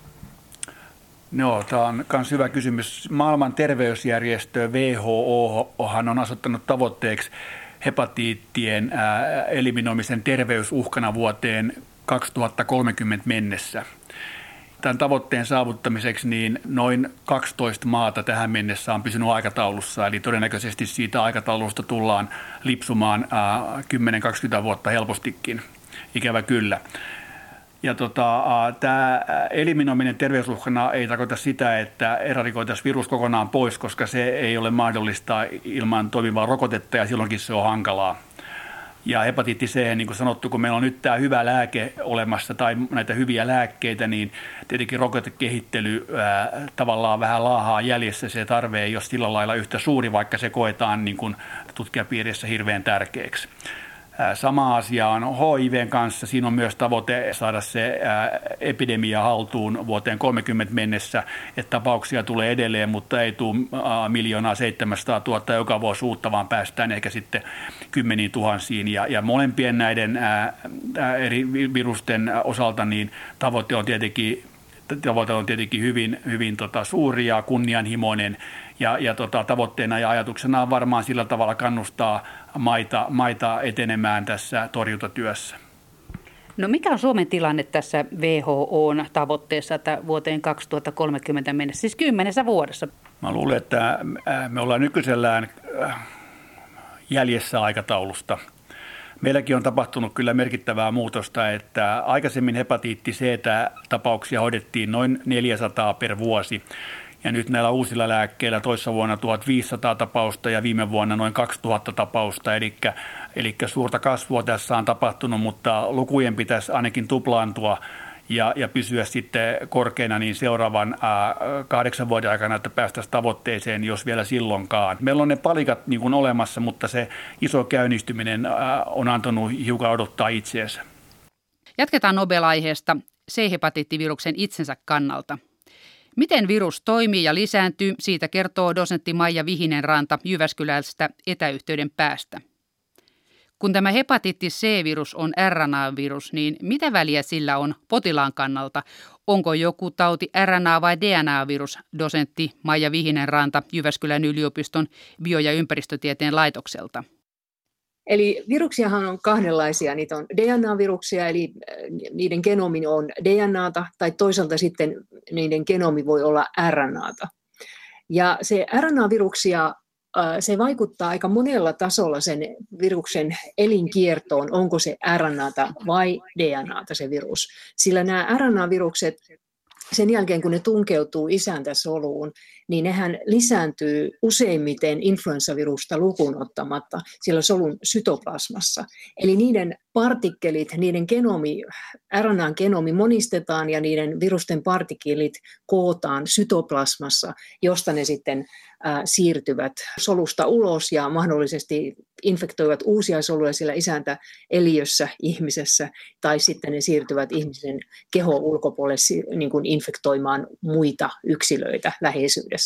No, tämä on myös hyvä kysymys. Maailman terveysjärjestö W H O on asettanut tavoitteeksi hepatiittien eliminoimisen terveysuhkana vuoteen kaksituhattakolmekymmentä mennessä. Tämän tavoitteen saavuttamiseksi niin noin kaksitoista maata tähän mennessä on pysynyt aikataulussa, eli todennäköisesti siitä aikataulusta tullaan lipsumaan kymmenen kaksikymmentä vuotta helpostikin, ikävä kyllä. Ja tota, tämä eliminoiminen terveysuhkana ei tarkoita sitä, että eradikoitaisiin virus kokonaan pois, koska se ei ole mahdollista ilman toimivaa rokotetta ja silloinkin se on hankalaa. Ja hepatiitti C, niin kuin sanottu, kun meillä on nyt tämä hyvä lääke olemassa tai näitä hyviä lääkkeitä, niin tietenkin rokotekehittely ää, tavallaan vähän laahaa jäljessä. Se tarve ei ole sillä lailla yhtä suuri, vaikka se koetaan niin kuin tutkijapiirissä hirveän tärkeäksi. Ää, sama asia on H I V:n kanssa. Siinä on myös tavoite saada se ää, epidemia haltuun vuoteen kolmekymmentä mennessä, että tapauksia tulee edelleen, mutta ei tule ää, miljoonaa seitsemänsataa tuhatta joka vuosi uutta, vaan päästään ehkä sitten kymmeniin tuhansiin. Ja, ja molempien näiden ää, ää, eri virusten osalta niin tavoite on tietenkin tavoite on tietenkin hyvin, hyvin tota, suuri ja kunnianhimoinen ja, ja tota, tavoitteena ja ajatuksena on varmaan sillä tavalla kannustaa maita, maita etenemään tässä torjuntatyössä. No mikä on Suomen tilanne tässä W H O:n tavoitteessa, että vuoteen kaksituhattakolmekymmentä mennessä, siis kymmenessä vuodessa? Mä luulen, että me ollaan nykyisellään jäljessä aikataulusta. Meilläkin on tapahtunut kyllä merkittävää muutosta, että aikaisemmin hepatiitti C-tapauksia hoidettiin noin neljäsataa per vuosi. Ja nyt näillä uusilla lääkkeillä toissa vuonna tuhatviisisataa tapausta ja viime vuonna noin kaksituhatta tapausta. Eli, eli suurta kasvua tässä on tapahtunut, mutta lukujen pitäisi ainakin tuplaantua ja, ja pysyä sitten korkeana niin seuraavan ää, kahdeksan vuoden aikana, että päästäisiin tavoitteeseen, jos vielä silloinkaan. Meillä on ne palikat niin kuin olemassa, mutta se iso käynnistyminen ää, on antanut hiukan odottaa itseensä. Jatketaan Nobel-aiheesta C-hepatiittiviruksen itsensä kannalta. Miten virus toimii ja lisääntyy, siitä kertoo dosentti Maija Vihinenranta Jyväskylästä etäyhteyden päästä. Kun tämä hepatiitti C-virus on R N A-virus, niin mitä väliä sillä on potilaan kannalta? Onko joku tauti R N A- vai D N A-virus, dosentti Maija Vihinenranta Jyväskylän yliopiston bio- ja ympäristötieteen laitokselta? Eli viruksiahan on kahdenlaisia. Niitä on D N A-viruksia, eli niiden genomi on D N A:ta, tai toisaalta sitten niiden genomi voi olla R N A:ta. Ja se R N A-viruksia, se vaikuttaa aika monella tasolla sen viruksen elinkiertoon, onko se R N A:ta vai D N A:ta se virus. Sillä nämä R N A-virukset, sen jälkeen kun ne tunkeutuu isäntäsoluun, niin nehän lisääntyy useimmiten influenssavirusta lukuun ottamatta siellä solun sytoplasmassa. Eli niiden partikkelit, niiden genomi, R N A:n genomi monistetaan ja niiden virusten partikkelit kootaan sytoplasmassa, josta ne sitten äh, siirtyvät solusta ulos ja mahdollisesti infektoivat uusia soluja siellä isäntäeliössä ihmisessä, tai sitten ne siirtyvät ihmisen kehon ulkopuolelle niin kuin infektoimaan muita yksilöitä läheisyydessä.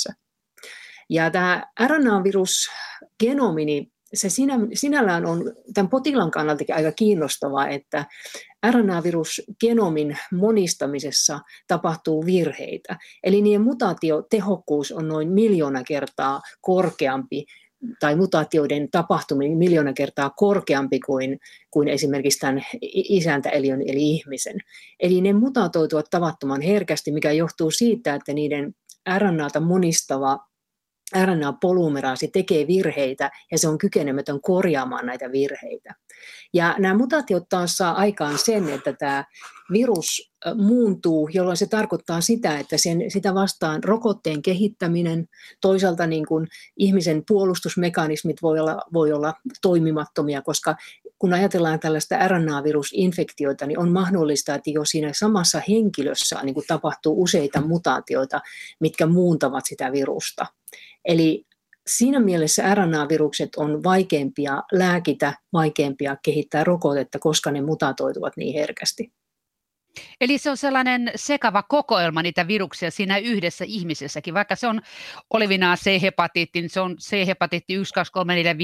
Ja tämä R N A-virusgenomi, niin se sinä, sinällään on tämän potilaan kannaltakin aika kiinnostavaa, että R N A-virusgenomin monistamisessa tapahtuu virheitä. Eli niiden mutaatiotehokkuus on noin miljoona kertaa korkeampi, tai mutaatioiden tapahtuminen miljoona kertaa korkeampi kuin, kuin esimerkiksi tämän isäntäeliön eli ihmisen. Eli ne mutaatoituvat tavattoman herkästi, mikä johtuu siitä, että niiden R N A:ta monistava R N A-polymeraasi tekee virheitä ja se on kykenemätön korjaamaan näitä virheitä. Ja nämä mutaatiot taas saa aikaan sen, että tämä virus muuntuu, jolloin se tarkoittaa sitä, että sen, sitä vastaan rokotteen kehittäminen, toisaalta niin kuin ihmisen puolustusmekanismit voi olla, voi olla toimimattomia, koska kun ajatellaan tällaista R N A-virusinfektioita, niin on mahdollista, että jo siinä samassa henkilössä niin kuin tapahtuu useita mutaatioita, mitkä muuntavat sitä virusta. Eli siinä mielessä R N A-virukset on vaikeampia lääkitä, vaikeampia kehittää rokotetta, koska ne mutatoituvat niin herkästi. Eli se on sellainen sekava kokoelma niitä viruksia siinä yhdessä ihmisessäkin, vaikka se on olevinaan C-hepatiitti, niin se on C-hepatiitti yksi kaksi kolme neljä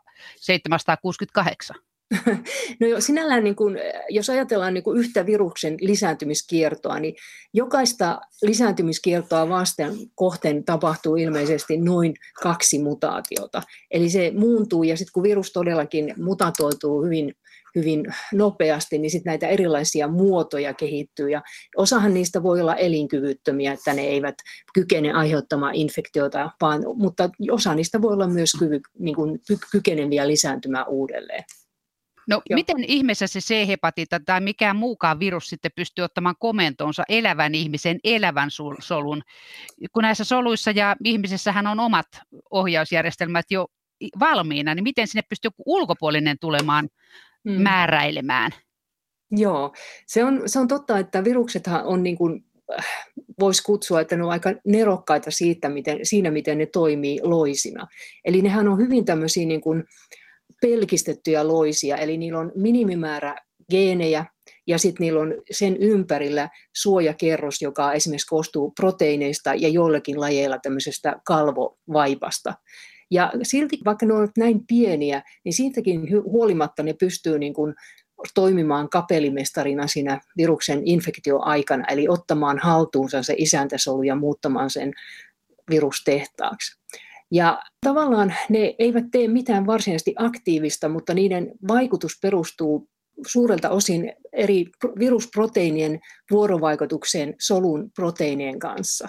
seitsemänsataakuusikymmentäkahdeksan. No jo, sinällään, niin kun, jos ajatellaan niin kun yhtä viruksen lisääntymiskiertoa, niin jokaista lisääntymiskiertoa vasten kohteen tapahtuu ilmeisesti noin kaksi mutaatiota. Eli se muuntuu ja sitten kun virus todellakin mutatoituu hyvin, hyvin nopeasti, niin sitten näitä erilaisia muotoja kehittyy. Ja osahan niistä voi olla elinkyvyttömiä, että ne eivät kykene aiheuttamaan infektiota, vaan, mutta osa niistä voi olla myös kyvy, niin kun, kykeneviä lisääntymään uudelleen. No Joo. Miten ihmeessä se C-hepatiitta tai mikään muukaan virus sitten pystyy ottamaan komentonsa elävän ihmisen elävän solun? Kun näissä soluissa ja ihmisessähän on omat ohjausjärjestelmät jo valmiina, niin miten sinne pystyy joku ulkopuolinen tulemaan hmm. määräilemään? Joo, se on, se on totta, että viruksethan on niin kuin, voisi kutsua, että ne on aika nerokkaita siitä, miten, siinä, miten ne toimii loisina. Eli nehän on hyvin tämmöisiä niin kuin pelkistettyjä loisia, eli niillä on minimimäärä geenejä ja sitten niillä on sen ympärillä suojakerros, joka esimerkiksi koostuu proteiineista ja joillakin lajeilla tämmöisestä kalvovaipasta. Ja silti, vaikka ne ovat näin pieniä, niin siitäkin huolimatta ne pystyy niin kuin toimimaan kapellimestarina siinä viruksen infektioaikana, eli ottamaan haltuunsa se isäntäsolu ja muuttamaan sen virustehtaaksi. Ja tavallaan ne eivät tee mitään varsinaisesti aktiivista, mutta niiden vaikutus perustuu suurelta osin eri virusproteiinien vuorovaikutukseen solun proteiinien kanssa.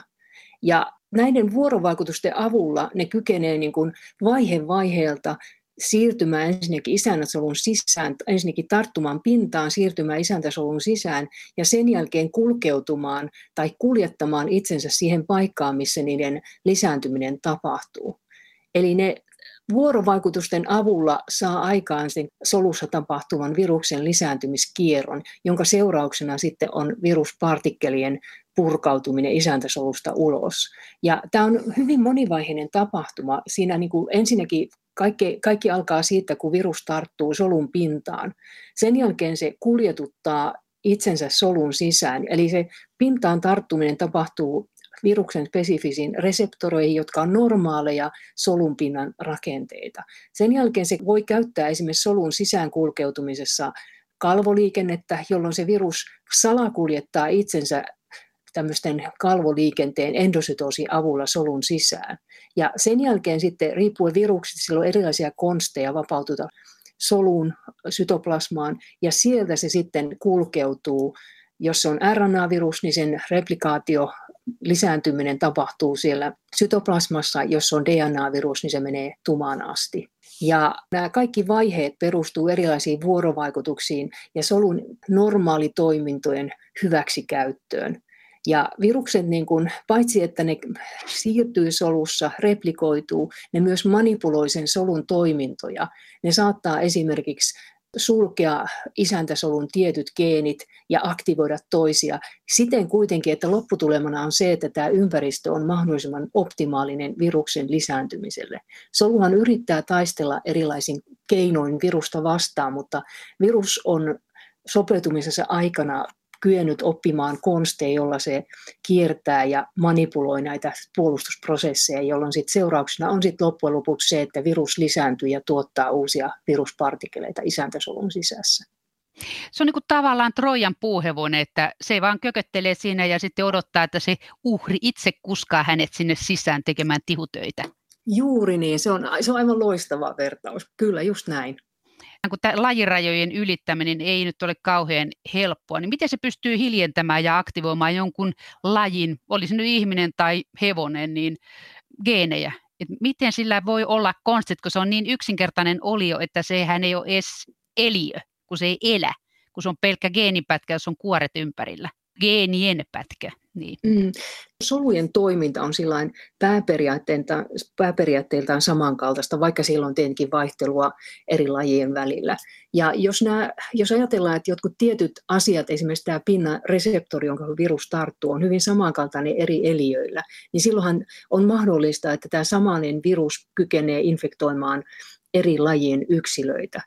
Ja näiden vuorovaikutusten avulla ne kykenee niin kuin vaihe vaiheelta siirtymään ensinnäkin isäntäsolun sisään, ensinnäkin tarttumaan pintaan, siirtymään isäntäsolun sisään ja sen jälkeen kulkeutumaan tai kuljettamaan itsensä siihen paikkaan, missä niiden lisääntyminen tapahtuu. Eli ne vuorovaikutusten avulla saa aikaan sen solussa tapahtuvan viruksen lisääntymiskierron, jonka seurauksena sitten on viruspartikkelien purkautuminen isäntäsolusta ulos. Ja tämä on hyvin monivaiheinen tapahtuma. Siinä niin kuin ensinnäkin kaikki, kaikki alkaa siitä, kun virus tarttuu solun pintaan. Sen jälkeen se kuljetuttaa itsensä solun sisään, eli se pintaan tarttuminen tapahtuu viruksen spesifisiin reseptoreihin, jotka on normaaleja solunpinnan rakenteita. Sen jälkeen se voi käyttää esimerkiksi solun sisään kulkeutumisessa kalvoliikennettä, jolloin se virus salakuljettaa itsensä tämmöisten kalvoliikenteen endosytoosin avulla solun sisään. Ja sen jälkeen sitten riippuen viruksista, sillä on erilaisia konsteja vapaututa soluun, sytoplasmaan, ja sieltä se sitten kulkeutuu. Jos se on R N A-virus, niin sen replikaatio, lisääntyminen tapahtuu siellä sytoplasmassa. Jos se on D N A-virus, niin se menee tumaan asti. Ja nämä kaikki vaiheet perustuu erilaisiin vuorovaikutuksiin ja solun normaalitoimintojen hyväksikäyttöön. Ja virukset, niin kun, paitsi että ne siirtyy solussa, replikoituu, ne myös manipuloi sen solun toimintoja. Ne saattaa esimerkiksi sulkea isäntäsolun tietyt geenit ja aktivoida toisia. Siten kuitenkin, että lopputulemana on se, että tämä ympäristö on mahdollisimman optimaalinen viruksen lisääntymiselle. Soluhan yrittää taistella erilaisin keinoin virusta vastaan, mutta virus on sopeutumisessa aikana kyennyt oppimaan konsteja, jolla se kiertää ja manipuloi näitä puolustusprosesseja, jolloin sit seurauksena on sit loppujen lopuksi se, että virus lisääntyy ja tuottaa uusia viruspartikeleita isäntäsolun sisässä. Se on niin kuin tavallaan Trojan puuhevonen, että se vaan kököttelee siinä ja sitten odottaa, että se uhri itse kuskaa hänet sinne sisään tekemään tihutöitä. Juuri niin, se on, se on aivan loistava vertaus. Kyllä, just näin. Kun tämä lajirajojen ylittäminen ei nyt ole kauhean helppoa, niin miten se pystyy hiljentämään ja aktivoimaan jonkun lajin, olisi nyt ihminen tai hevonen, niin geenejä? Et miten sillä voi olla konstit, kun se on niin yksinkertainen olio, että sehän ei ole edes eliö, kun se ei elä, kun se on pelkkä geenipätkä, jos on kuoret ympärillä. Geenien pätkä. Niin. Mm. Solujen toiminta on sillain pääperiaatteeltaan, pääperiaatteeltaan samankaltaista, vaikka siellä on tietenkin vaihtelua eri lajien välillä. Ja jos, nämä, jos ajatellaan, että jotkut tietyt asiat, esimerkiksi tämä pinnan reseptori, jonka virus tarttuu, on hyvin samankaltainen eri eliöillä, niin silloinhan on mahdollista, että tämä samainen virus kykenee infektoimaan eri lajien yksilöitä.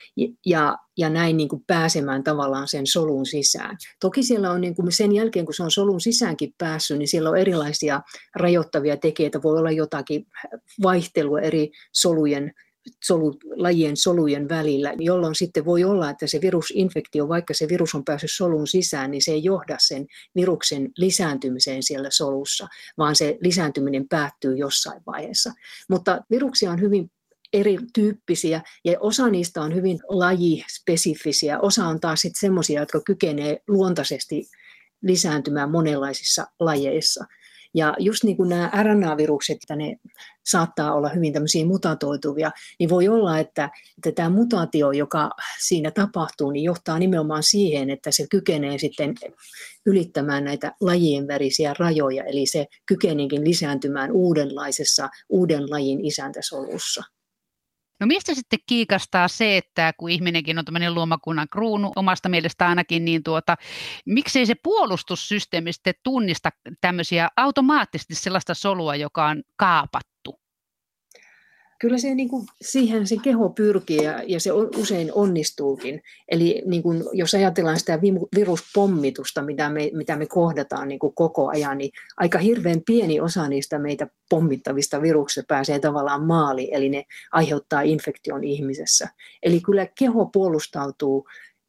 Ja, ja näin niin kuin pääsemään tavallaan sen solun sisään. Toki siellä on niin kuin sen jälkeen, kun se on solun sisäänkin päässyt, niin siellä on erilaisia rajoittavia tekijöitä. Voi olla jotakin vaihtelua eri solujen, solu, lajien solujen välillä, jolloin sitten voi olla, että se virusinfektio, vaikka se virus on päässyt solun sisään, niin se ei johda sen viruksen lisääntymiseen siellä solussa, vaan se lisääntyminen päättyy jossain vaiheessa. Mutta viruksia on hyvin erityyppisiä ja osa niistä on hyvin lajispesifisiä, osa on taas sitten semmoisia, jotka kykenee luontaisesti lisääntymään monenlaisissa lajeissa. Ja just niin kuin nämä R N A-virukset, että ne saattaa olla hyvin tämmöisiä mutatoituvia, niin voi olla, että, että tämä mutaatio, joka siinä tapahtuu, niin johtaa nimenomaan siihen, että se kykenee sitten ylittämään näitä lajien värisiä rajoja, eli se kykeneekin lisääntymään uudenlaisessa, uuden lajin isäntäsolussa. No mistä sitten kiikastaa se, että kun ihminenkin on tämmöinen luomakunnan kruunu omasta mielestä ainakin, niin tuota, miksei se puolustussysteemi sitten tunnista tämmöisiä automaattisesti sellaista solua, joka on kaapattu? Kyllä se, niin kuin, siihen se keho pyrkii ja, ja se usein onnistuukin. Eli niin kuin, jos ajatellaan sitä viruspommitusta, mitä me, mitä me kohdataan niin kuin koko ajan, niin aika hirveän pieni osa niistä meitä pommittavista viruksista pääsee tavallaan maaliin, eli ne aiheuttaa infektion ihmisessä. Eli kyllä keho puolustautuu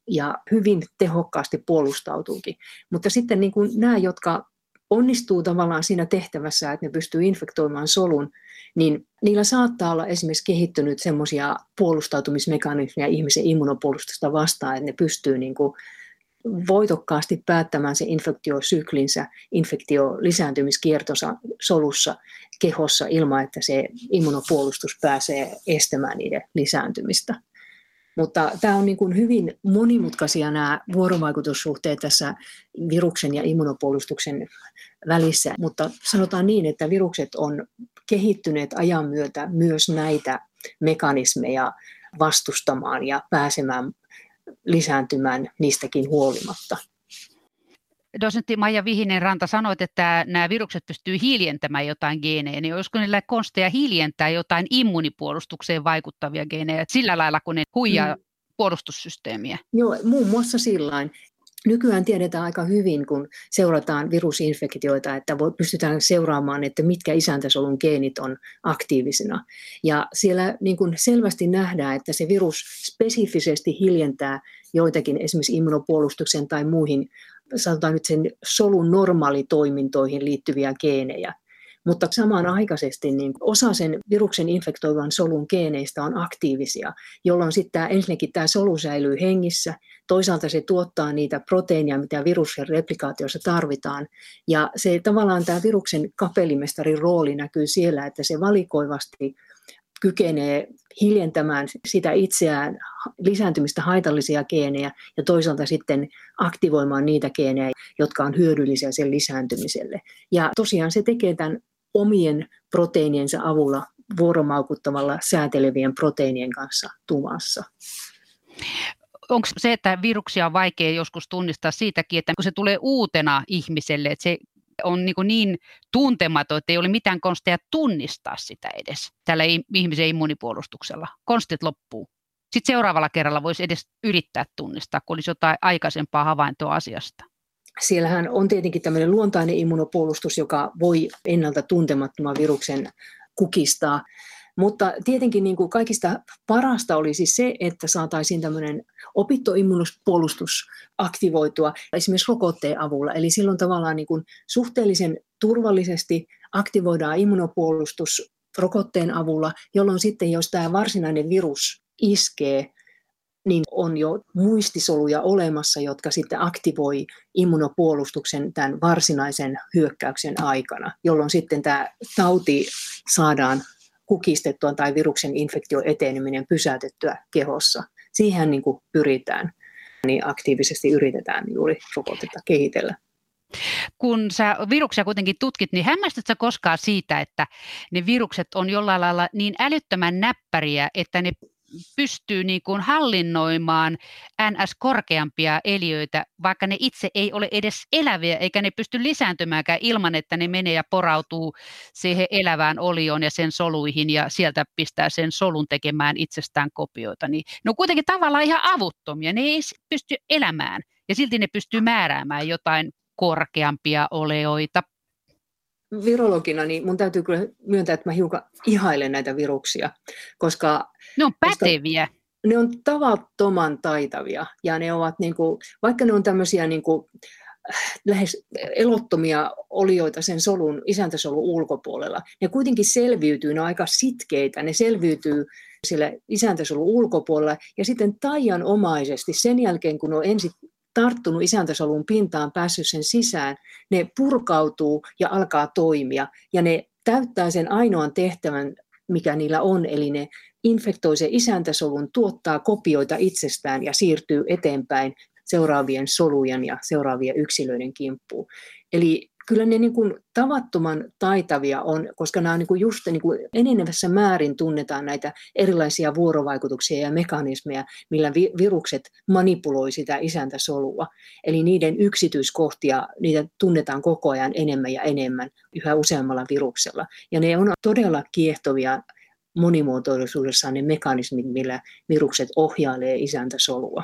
ja hyvin tehokkaasti puolustautuukin. Mutta sitten niin kuin nämä, jotka onnistuu tavallaan siinä tehtävässä, että ne pystyy infektoimaan solun, niin niillä saattaa olla esimerkiksi kehittynyt semmoisia puolustautumismekanismeja ihmisen immunopuolustusta vastaan, että ne pystyy niin kuin voitokkaasti päättämään se infektiosyklinsä, infektio-lisääntymiskiertonsa solussa, kehossa ilman, että se immunopuolustus pääsee estämään niiden lisääntymistä. Mutta tämä on niin kuin hyvin monimutkaisia nämä vuorovaikutussuhteet tässä viruksen ja immunopuolustuksen välissä, mutta sanotaan niin, että virukset on kehittyneet ajan myötä myös näitä mekanismeja vastustamaan ja pääsemään lisääntymään niistäkin huolimatta. Dosentti Maija Vihinen-Ranta, sanoit, että nämä virukset pystyy hiljentämään jotain geenejä, niin olisiko niillä konsteja hiljentää jotain immunipuolustukseen vaikuttavia geenejä sillä lailla, kun ne huijaa mm. puolustussysteemiä? Joo, muun muassa sillain. Nykyään tiedetään aika hyvin, kun seurataan virusinfektioita, että pystytään seuraamaan, että mitkä isäntäsolun geenit on aktiivisina. Ja siellä niin kuin selvästi nähdään, että se virus spesifisesti hiljentää joitakin esimerkiksi immunopuolustuksen tai muihin, sanotaan nyt sen solun normaalitoimintoihin liittyviä geenejä. Mutta samanaikaisesti niin osa sen viruksen infektoivan solun geeneistä on aktiivisia, jolloin sitten tämä, ensinnäkin tämä solu säilyy hengissä, toisaalta se tuottaa niitä proteiineja, mitä viruksen replikaatiossa tarvitaan. Ja se tavallaan tämä viruksen kapellimestarin rooli näkyy siellä, että se valikoivasti kykenee hiljentämään sitä itseään lisääntymistä haitallisia geenejä ja toisaalta sitten aktivoimaan niitä geenejä, jotka on hyödyllisiä sen lisääntymiselle. Ja tosiaan se tekee tämän omien proteiiniensa avulla vuoromaukuttamalla säätelevien proteiinien kanssa tuvassa. Onko se, että viruksia on vaikea joskus tunnistaa siitäkin, että kun se tulee uutena ihmiselle, että se on niin, niin tuntematon, että ei ole mitään konsteja tunnistaa sitä edes tällä ihmisen immunipuolustuksella. Konstit loppuu. Sitten seuraavalla kerralla voisi edes yrittää tunnistaa, kun olisi jotain aikaisempaa havaintoa asiasta. Siellähän on tietenkin tämmöinen luontainen immunopuolustus, joka voi ennalta tuntemattoman viruksen kukistaa. Mutta tietenkin niin kuin kaikista parasta olisi se, että saataisiin tämmöinen opittu immunopuolustus aktivoitua esimerkiksi rokotteen avulla. Eli silloin tavallaan niin kuin suhteellisen turvallisesti aktivoidaan immunopuolustus rokotteen avulla, jolloin sitten jos tämä varsinainen virus iskee, niin on jo muistisoluja olemassa, jotka sitten aktivoi immunopuolustuksen tämän varsinaisen hyökkäyksen aikana, jolloin sitten tämä tauti saadaan kukistettua tai viruksen infektion eteneminen pysäytettyä kehossa. Siihen niin kuin pyritään, niin aktiivisesti yritetään juuri rokotetta kehitellä. Kun sä viruksia kuitenkin tutkit, niin hämmästytkö koskaan siitä, että ne virukset on jollain lailla niin älyttömän näppäriä, että ne pystyy niin kuin hallinnoimaan ns. Korkeampia eliöitä, vaikka ne itse ei ole edes eläviä, eikä ne pysty lisääntymäänkään ilman, että ne menee ja porautuu siihen elävään olioon ja sen soluihin ja sieltä pistää sen solun tekemään itsestään kopioita. Niin ne on kuitenkin tavallaan ihan avuttomia, ne ei pysty elämään ja silti ne pystyy määräämään jotain korkeampia oleoita. Virologina niin mun täytyy kyllä myöntää, että mä hiukan ihailen näitä viruksia, koska ne on päteviä. Koska ne on tavattoman taitavia ja ne ovat, niin kuin, vaikka ne on tämmöisiä niin kuin, lähes elottomia olioita sen solun, isäntäsolun ulkopuolella, ne kuitenkin selviytyy, ne on aika sitkeitä, ne selviytyy sillä isäntäsolun ulkopuolella ja sitten taianomaisesti sen jälkeen, kun on ensin tarttunut isäntäsolun pintaan, päässyt sen sisään, ne purkautuu ja alkaa toimia ja ne täyttää sen ainoan tehtävän, mikä niillä on, eli ne infektoi sen isäntäsolun, tuottaa kopioita itsestään ja siirtyy eteenpäin seuraavien solujen ja seuraavien yksilöiden kimppuun. Eli kyllä ne niin kuin tavattoman taitavia on, koska nämä on niin kuin just niin kuin enenevässä määrin tunnetaan näitä erilaisia vuorovaikutuksia ja mekanismeja, millä vi- virukset manipuloi sitä isäntäsolua. Eli niiden yksityiskohtia, niitä tunnetaan koko ajan enemmän ja enemmän yhä useammalla viruksella. Ja ne on todella kiehtovia monimuotoisuudessaan ne mekanismit, millä virukset ohjailee isäntäsolua.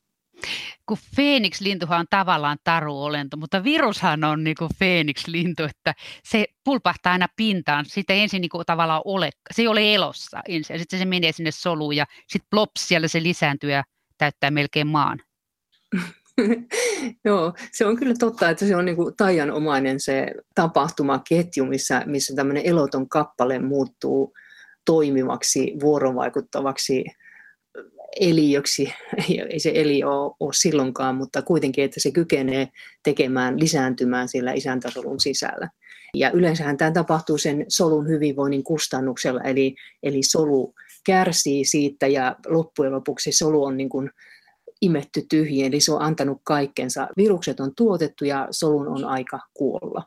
Kun Feeniks-lintuhan on tavallaan taruolento, mutta virushan on niin kuin Feeniks-lintu, että se pulpahtaa aina pintaan. Sitä ei ensin niin kuin tavallaan ole, se ei ole elossa ensin, ja sitten se menee sinne soluun ja sitten plops, siellä se lisääntyy ja täyttää melkein maan. Joo, se on kyllä totta, että se on niin kuin taianomainen se tapahtumaketju, missä, missä tämmöinen eloton kappale muuttuu toimivaksi, vuorovaikuttavaksi eliöksi. Ei se eli ole, ole silloinkaan, mutta kuitenkin, että se kykenee tekemään, lisääntymään siellä isäntäsolun sisällä. Ja yleensähän tämä tapahtuu sen solun hyvinvoinnin kustannuksella, eli, eli solu kärsii siitä ja loppujen lopuksi solu on niin kuin imetty tyhjiin, eli se on antanut kaikkensa. Virukset on tuotettu ja solun on aika kuolla.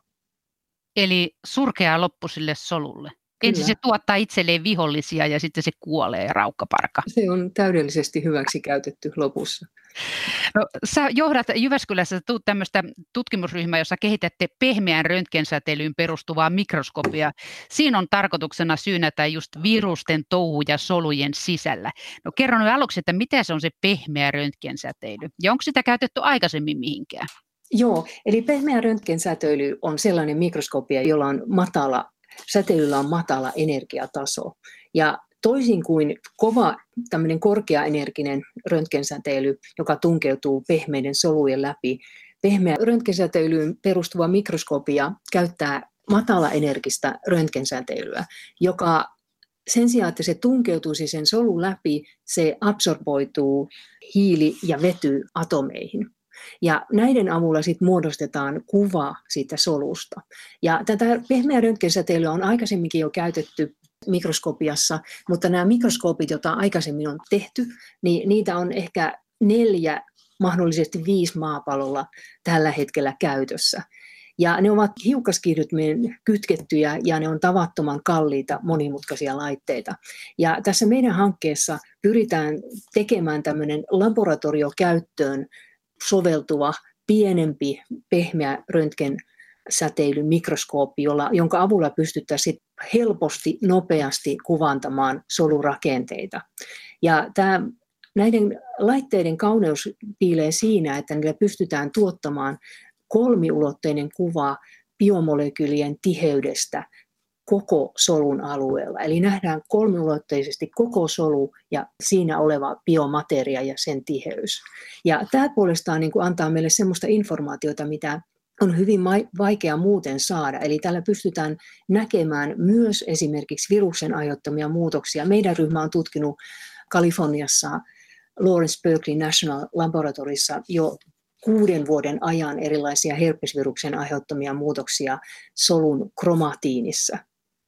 Eli surkea loppu sille solulle. Kyllä. Ensin se tuottaa itselleen vihollisia ja sitten se kuolee, raukkaparka. Se on täydellisesti hyväksi käytetty lopussa. No, sä johdat Jyväskylässä tämmöistä tutkimusryhmää, jossa kehitätte pehmeään röntgensäteilyyn perustuvaa mikroskopia. Siinä on tarkoituksena syynätä just virusten touhuja solujen sisällä. No kerro nyt aluksi, että mitä se on se pehmeä röntgensäteily ja onko sitä käytetty aikaisemmin mihinkään? Joo, eli pehmeä röntgensäteily on sellainen mikroskopia, jolla on matala, säteilyllä on matala energiataso. Ja toisin kuin kova tämmöinen korkeaenerginen röntgensäteily, joka tunkeutuu pehmeiden solujen läpi, pehmeä röntgensäteilyyn perustuva mikroskopia käyttää matalaenergistä röntgensäteilyä, joka sen sijaan, että se tunkeutuisi sen solun läpi, se absorboituu hiili- ja vetyatomeihin. Ja näiden avulla sit muodostetaan kuva siitä solusta. Ja tätä pehmeää röntgensäteilyä on aikaisemminkin jo käytetty mikroskopiassa, mutta nämä mikroskoopit, joita aikaisemmin on tehty, niin niitä on ehkä neljä, mahdollisesti viisi maapallolla tällä hetkellä käytössä. Ja ne ovat hiukkaskiihdyttimeen kytkettyjä ja ne on tavattoman kalliita, monimutkaisia laitteita. Ja tässä meidän hankkeessa pyritään tekemään tämmöinen laboratoriokäyttöön soveltuva pienempi pehmeä röntgensäteilyn mikroskooppi, jolla, jonka avulla pystyttäisiin helposti, nopeasti kuvantamaan solurakenteita. Ja tämä, näiden laitteiden kauneus piilee siinä, että niillä pystytään tuottamaan kolmiulotteinen kuva biomolekyylien tiheydestä koko solun alueella. Eli nähdään kolmiulotteisesti koko solu ja siinä oleva biomateria ja sen tiheys. Ja tämä puolestaan niin kuin antaa meille sellaista informaatiota, mitä on hyvin vaikea muuten saada. Eli tällä pystytään näkemään myös esimerkiksi viruksen aiheuttamia muutoksia. Meidän ryhmä on tutkinut Kaliforniassa Lawrence Berkeley National Laboratorissa jo kuuden vuoden ajan erilaisia herpesviruksen aiheuttamia muutoksia solun kromatiinissa.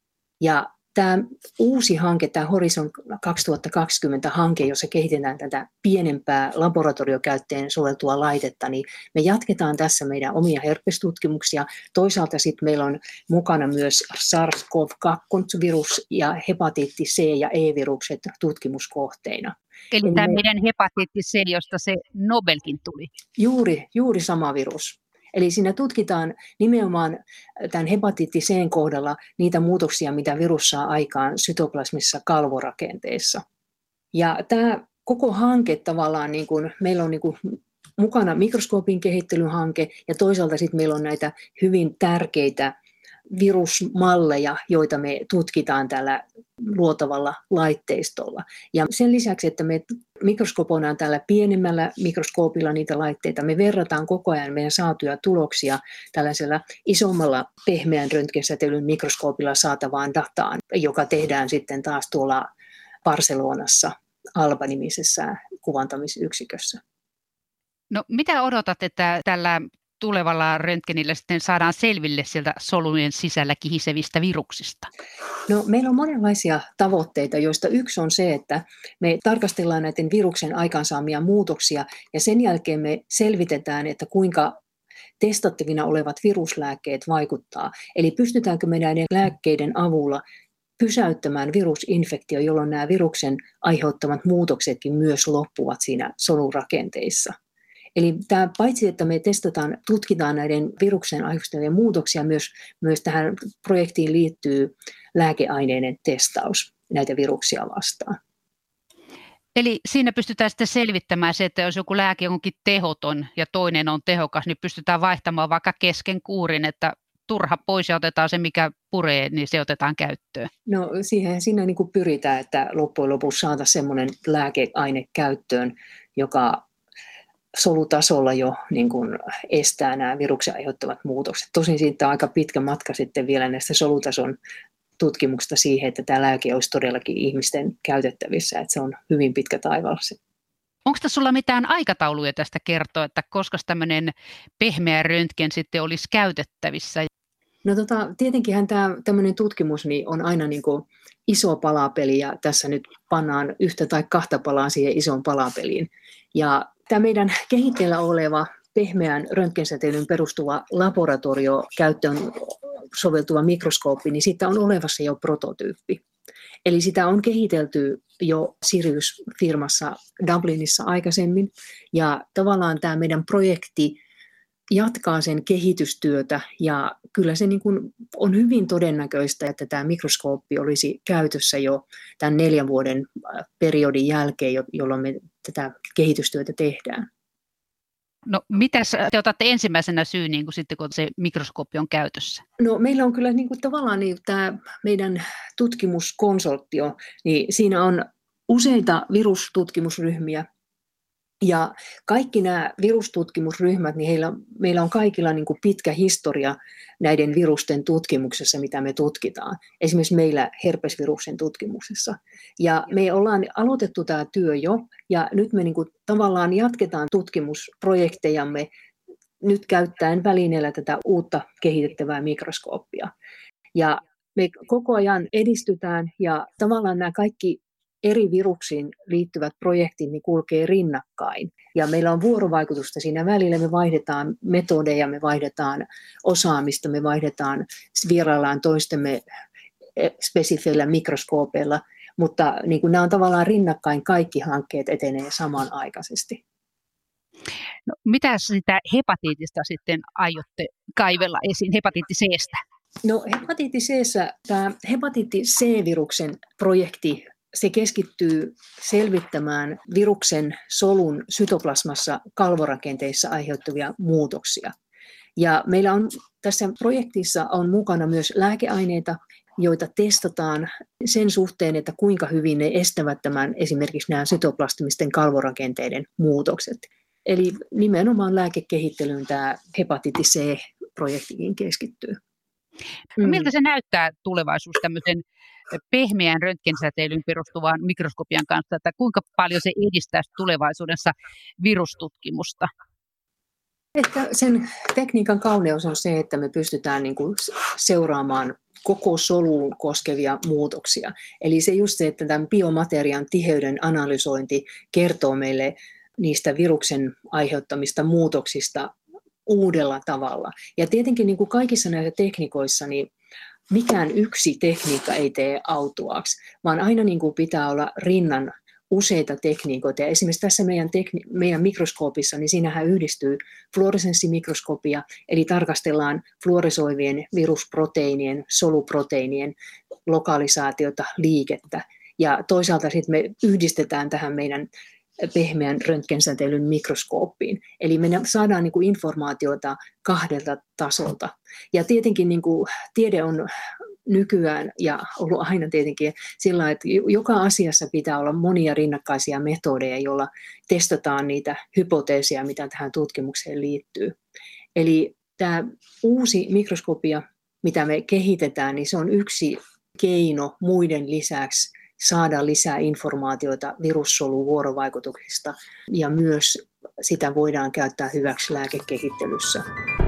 Ja tämä uusi hanke, tämä Horizon kaksituhattakaksikymmentä-hanke, jossa kehitetään tätä pienempää laboratoriokäyttöön soveltua laitetta, niin me jatketaan tässä meidän omia herpestutkimuksia. Toisaalta sitten meillä on mukana myös SARS-CoV kaksi -virus ja hepatiitti C- ja E-virukset tutkimuskohteina. Eli, Eli tämä me... meidän hepatiitti C, josta se Nobelkin tuli. Juuri, juuri sama virus. Eli siinä tutkitaan nimenomaan tämän hepatiitti C:n kohdalla niitä muutoksia, mitä virus saa aikaan sytoplasmissa kalvorakenteessa. Ja tämä koko hanke tavallaan, niin kuin, meillä on niin kuin mukana mikroskoopin kehittelyhanke ja toisaalta sitten meillä on näitä hyvin tärkeitä virusmalleja, joita me tutkitaan tällä luotavalla laitteistolla. Ja sen lisäksi, että me mikroskopoidaan tällä pienemmällä mikroskoopilla niitä laitteita, me verrataan koko ajan meidän saatuja tuloksia tällaisella isommalla pehmeän röntgensäteilyn mikroskoopilla saatavaan dataan, joka tehdään sitten taas tuolla Barcelonassa Alba-nimisessä kuvantamisyksikössä. No mitä odotat, että tällä tulevalla röntgenillä sitten saadaan selville sieltä solujen sisällä kihisevistä viruksista? No, meillä on monenlaisia tavoitteita, joista yksi on se, että me tarkastellaan näiden viruksen aikaansaamia muutoksia ja sen jälkeen me selvitetään, että kuinka testattavina olevat viruslääkkeet vaikuttaa. Eli pystytäänkö me näiden lääkkeiden avulla pysäyttämään virusinfektio, jolloin nämä viruksen aiheuttamat muutoksetkin myös loppuvat siinä solurakenteissa. Eli tämä, paitsi että me testataan, tutkitaan näiden viruksen aiheuttamia muutoksia, myös, myös tähän projektiin liittyy lääkeaineiden testaus näitä viruksia vastaan. Eli siinä pystytään sitten selvittämään se, että jos joku lääke onkin tehoton ja toinen on tehokas, niin pystytään vaihtamaan vaikka kesken kuurin, että turha pois ja otetaan se, mikä puree, niin se otetaan käyttöön. No siihen siinä niin kuin pyritään, että loppujen lopuksi saataisiin semmoinen lääkeaine käyttöön, joka solutasolla jo niin kuin estää nämä viruksen aiheuttavat muutokset. Tosin siitä on aika pitkä matka sitten vielä näistä solutason tutkimuksista siihen, että tämä lääke olisi todellakin ihmisten käytettävissä, että se on hyvin pitkä taivaalla. Onko tässä sulla mitään aikatauluja tästä kertoa, että koska tämmöinen pehmeä röntgen sitten olisi käytettävissä? No tota, tietenkinhän tämä tämmöinen tutkimus niin on aina niin kuin iso palapeli ja tässä nyt pannaan yhtä tai kahta palaa siihen isoon palapeliin. Ja tämä meidän kehitteillä oleva pehmeän röntgensäteilyyn perustuva laboratorio käyttöön soveltuva mikroskooppi, niin siitä on olevassa jo prototyyppi. Eli sitä on kehitelty jo Sirius-firmassa Dublinissa aikaisemmin ja tavallaan tämä meidän projekti jatkaa sen kehitystyötä ja kyllä se niin kuin on hyvin todennäköistä, että tämä mikroskooppi olisi käytössä jo tämän neljän vuoden periodin jälkeen, jolloin me tätä kehitystyötä tehdään. No mitäs te otatte ensimmäisenä syyn, niin kuin sitten, kun se mikroskooppi on käytössä? No meillä on kyllä niin kuin tavallaan niin tämä meidän tutkimuskonsortio, niin siinä on useita virustutkimusryhmiä. Ja kaikki nämä virustutkimusryhmät, niin heillä, meillä on kaikilla niin kuin pitkä historia näiden virusten tutkimuksessa, mitä me tutkitaan. Esimerkiksi meillä herpesviruksen tutkimuksessa. Ja me ollaan aloitettu tämä työ jo, ja nyt me niin kuin tavallaan jatketaan tutkimusprojektejamme nyt käyttäen välineellä tätä uutta kehitettävää mikroskooppia. Ja me koko ajan edistytään, ja tavallaan nämä kaikki eri viruksiin liittyvät projektit niin kulkee rinnakkain. Ja meillä on vuorovaikutusta siinä välillä, me vaihdetaan metodeja, me vaihdetaan osaamista, me vaihdetaan, vieraillaan toistemme spesifeillä mikroskoopeilla, mutta niin kuin nämä on tavallaan rinnakkain, kaikki hankkeet etenee samanaikaisesti. No, mitä sitä hepatiitista sitten aiotte kaivella esiin, hepatiitti C:stä? No hepatiitti C:ssä, tämä hepatiitti C-viruksen projekti, se keskittyy selvittämään viruksen solun sytoplasmassa kalvorakenteissa aiheuttavia muutoksia. Ja meillä on tässä projektissa on mukana myös lääkeaineita, joita testataan sen suhteen, että kuinka hyvin ne estävät tämän esimerkiksi nämä sytoplasmisten kalvorakenteiden muutokset. Eli nimenomaan lääkekehittelyyn tämä hepatiitti C-projektikin keskittyy. No, miltä se näyttää tulevaisuus tämmöisen pehmeän röntgensäteilyyn perustuvan mikroskopian kanssa, että kuinka paljon se edistää tulevaisuudessa virustutkimusta? Että sen tekniikan kauneus on se, että me pystytään niin kuin seuraamaan koko soluun koskevia muutoksia. Eli se just se, että tämän biomateriaan tiheyden analysointi kertoo meille niistä viruksen aiheuttamista muutoksista uudella tavalla. Ja tietenkin niin kuin kaikissa näissä tekniikoissa, niin mikään yksi tekniikka ei tee autuaaksi, vaan aina niin kuin pitää olla rinnan useita tekniikoita. Ja esimerkiksi tässä meidän, tekni- meidän mikroskoopissa, niin siinähän yhdistyy fluoresenssimikroskopia, eli tarkastellaan fluoresoivien virusproteiinien, soluproteiinien lokalisaatiota, liikettä. Ja toisaalta sitten me yhdistetään tähän meidän pehmeän röntgensäteilyn mikroskooppiin. Eli me saadaan niin kuin informaatiota kahdelta tasolta. Ja tietenkin niin kuin tiede on nykyään ja ollut aina tietenkin sillä, että joka asiassa pitää olla monia rinnakkaisia metodeja, joilla testataan niitä hypoteeseja, mitä tähän tutkimukseen liittyy. Eli tämä uusi mikroskopia, mitä me kehitetään, niin se on yksi keino muiden lisäksi saada lisää informaatiota virussolun vuorovaikutuksista ja myös sitä voidaan käyttää hyväksi lääkekehittelyssä.